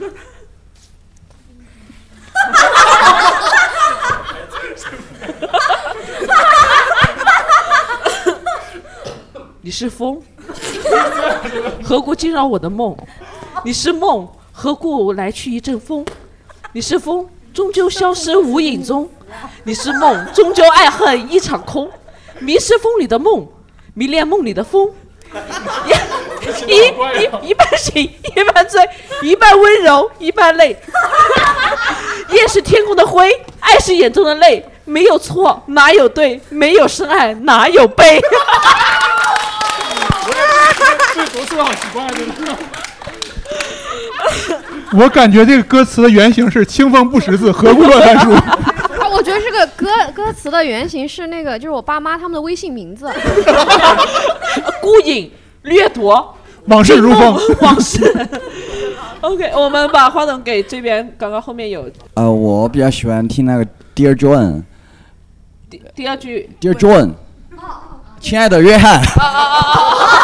你是风，何故惊扰我的梦？你是梦，何故来去一阵风？你是风。终究消失无影踪，你是梦，终究爱恨一场空。迷失风里的梦，迷恋梦里的风，一一一半醒，一半醉，一半温柔，一半泪。夜是天空的灰，爱是眼中的泪。没有错，哪有对？没有深爱，哪有悲？ 这读书好奇怪，真的。 我感觉这个歌词的原型是清风不识字，何故落单书。 我觉得这个歌歌词的原型是那个，就是我爸妈他们的微信名字。 孤影、掠夺、 往事如风、 往事。OK， 我们把话筒给这边，刚刚后面有。 呃，我比较喜欢听那个 Dear John。 第第二句。 Dear John， 亲爱的约翰。 啊啊啊啊！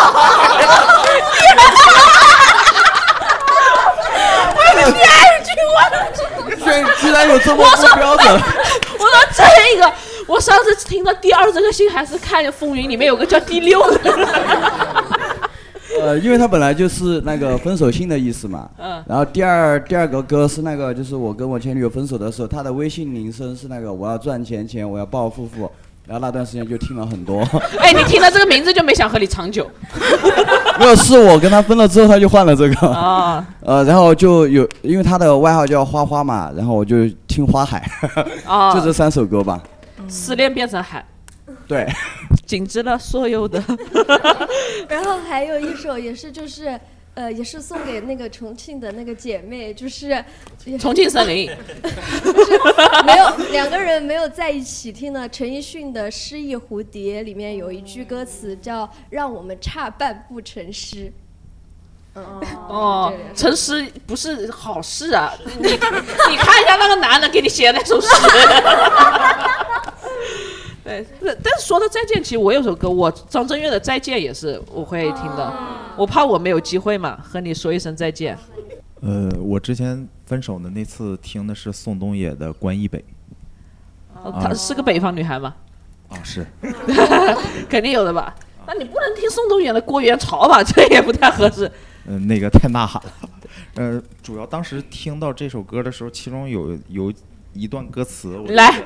第二句我， 居然有这么不标准。 我说这个，我上次听到第二这个信还是看《风云》里面有个叫第六的。 呃，因为它本来就是那个分手信的意思嘛。嗯。然后第二第二个歌是那个，就是我跟我前女友分手的时候，她的微信铃声是那个我要赚钱钱，我要暴富富。然后那段时间就听了很多。 哎，你听了这个名字就没想和你长久？ 没有，是我跟他分了之后，他就换了这个。 啊。 呃，然后就有，因为他的外号叫花花嘛，然后我就听花海。 啊。 就这三首歌吧。 失恋变成海。 对。 紧致了所有的。 然后还有一首也是就是呃也是送给那个重庆的那个姐妹，就是重庆森林。 没有两个人没有在一起听的陈奕迅的《诗意蝴蝶》里面有一句歌词叫让我们差半步成诗。 哦，成诗不是好事啊！你你看一下那个男的给你写的那首诗。对，但是说到再见，其实我有首歌，我张震岳的《再见》也是我会听的。我怕我没有机会嘛，和你说一声再见。 呃，我之前分手的那次听的是宋冬野的《关忆北》。 哦，她是个北方女孩吗？ 啊，是。 肯定有的吧？那你不能听宋冬野的《郭元潮》吧？这也不太合适。 嗯、呃，那个太呐喊了。呃，主要当时听到这首歌的时候，其中有有一段歌词，我来。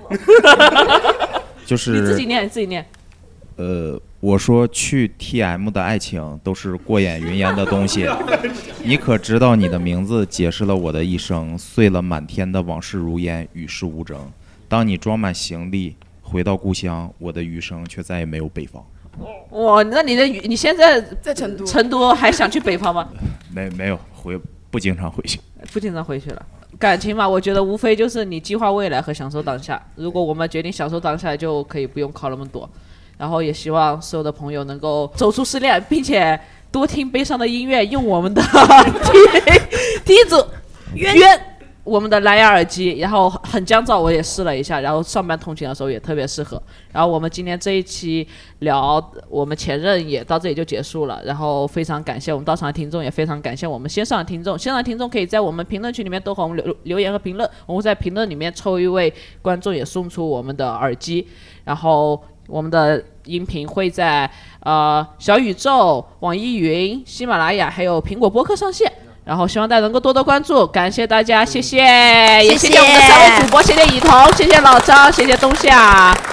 就是你自己念，自己念。 呃，我说去 T M 的爱情都是过眼云烟的东西，你可知道你的名字解释了我的一生，碎了满天的往事如烟，与世无争。当你装满行李回到故乡，我的余生却再也没有北方。 哇，那你的你现在在成都， 成都还想去北方吗？ 没没有回，不经常回去， 不经常回去了。感情嘛，我觉得无非就是你计划未来和享受当下。如果我们决定享受当下，就可以不用考那么多。然后也希望所有的朋友能够走出失恋，并且多听悲伤的音乐，用我们的第一组冤我们的蓝牙耳机，然后很降噪，我也试了一下，然后上班通勤的时候也特别适合。然后我们今天这一期聊我们前任也到这里就结束了，然后非常感谢我们到场的听众，也非常感谢我们线上的听众。线上的听众可以在我们评论区里面都和我们留留言和评论，我们会在评论里面抽一位观众也送出我们的耳机，然后我们的音频会在呃小宇宙、网易云、喜马拉雅还有苹果播客上线。然后希望大家能够多多关注，感谢大家，谢谢，也谢谢我们的三位主播，谢谢以彤，谢谢老张，谢谢冬夏。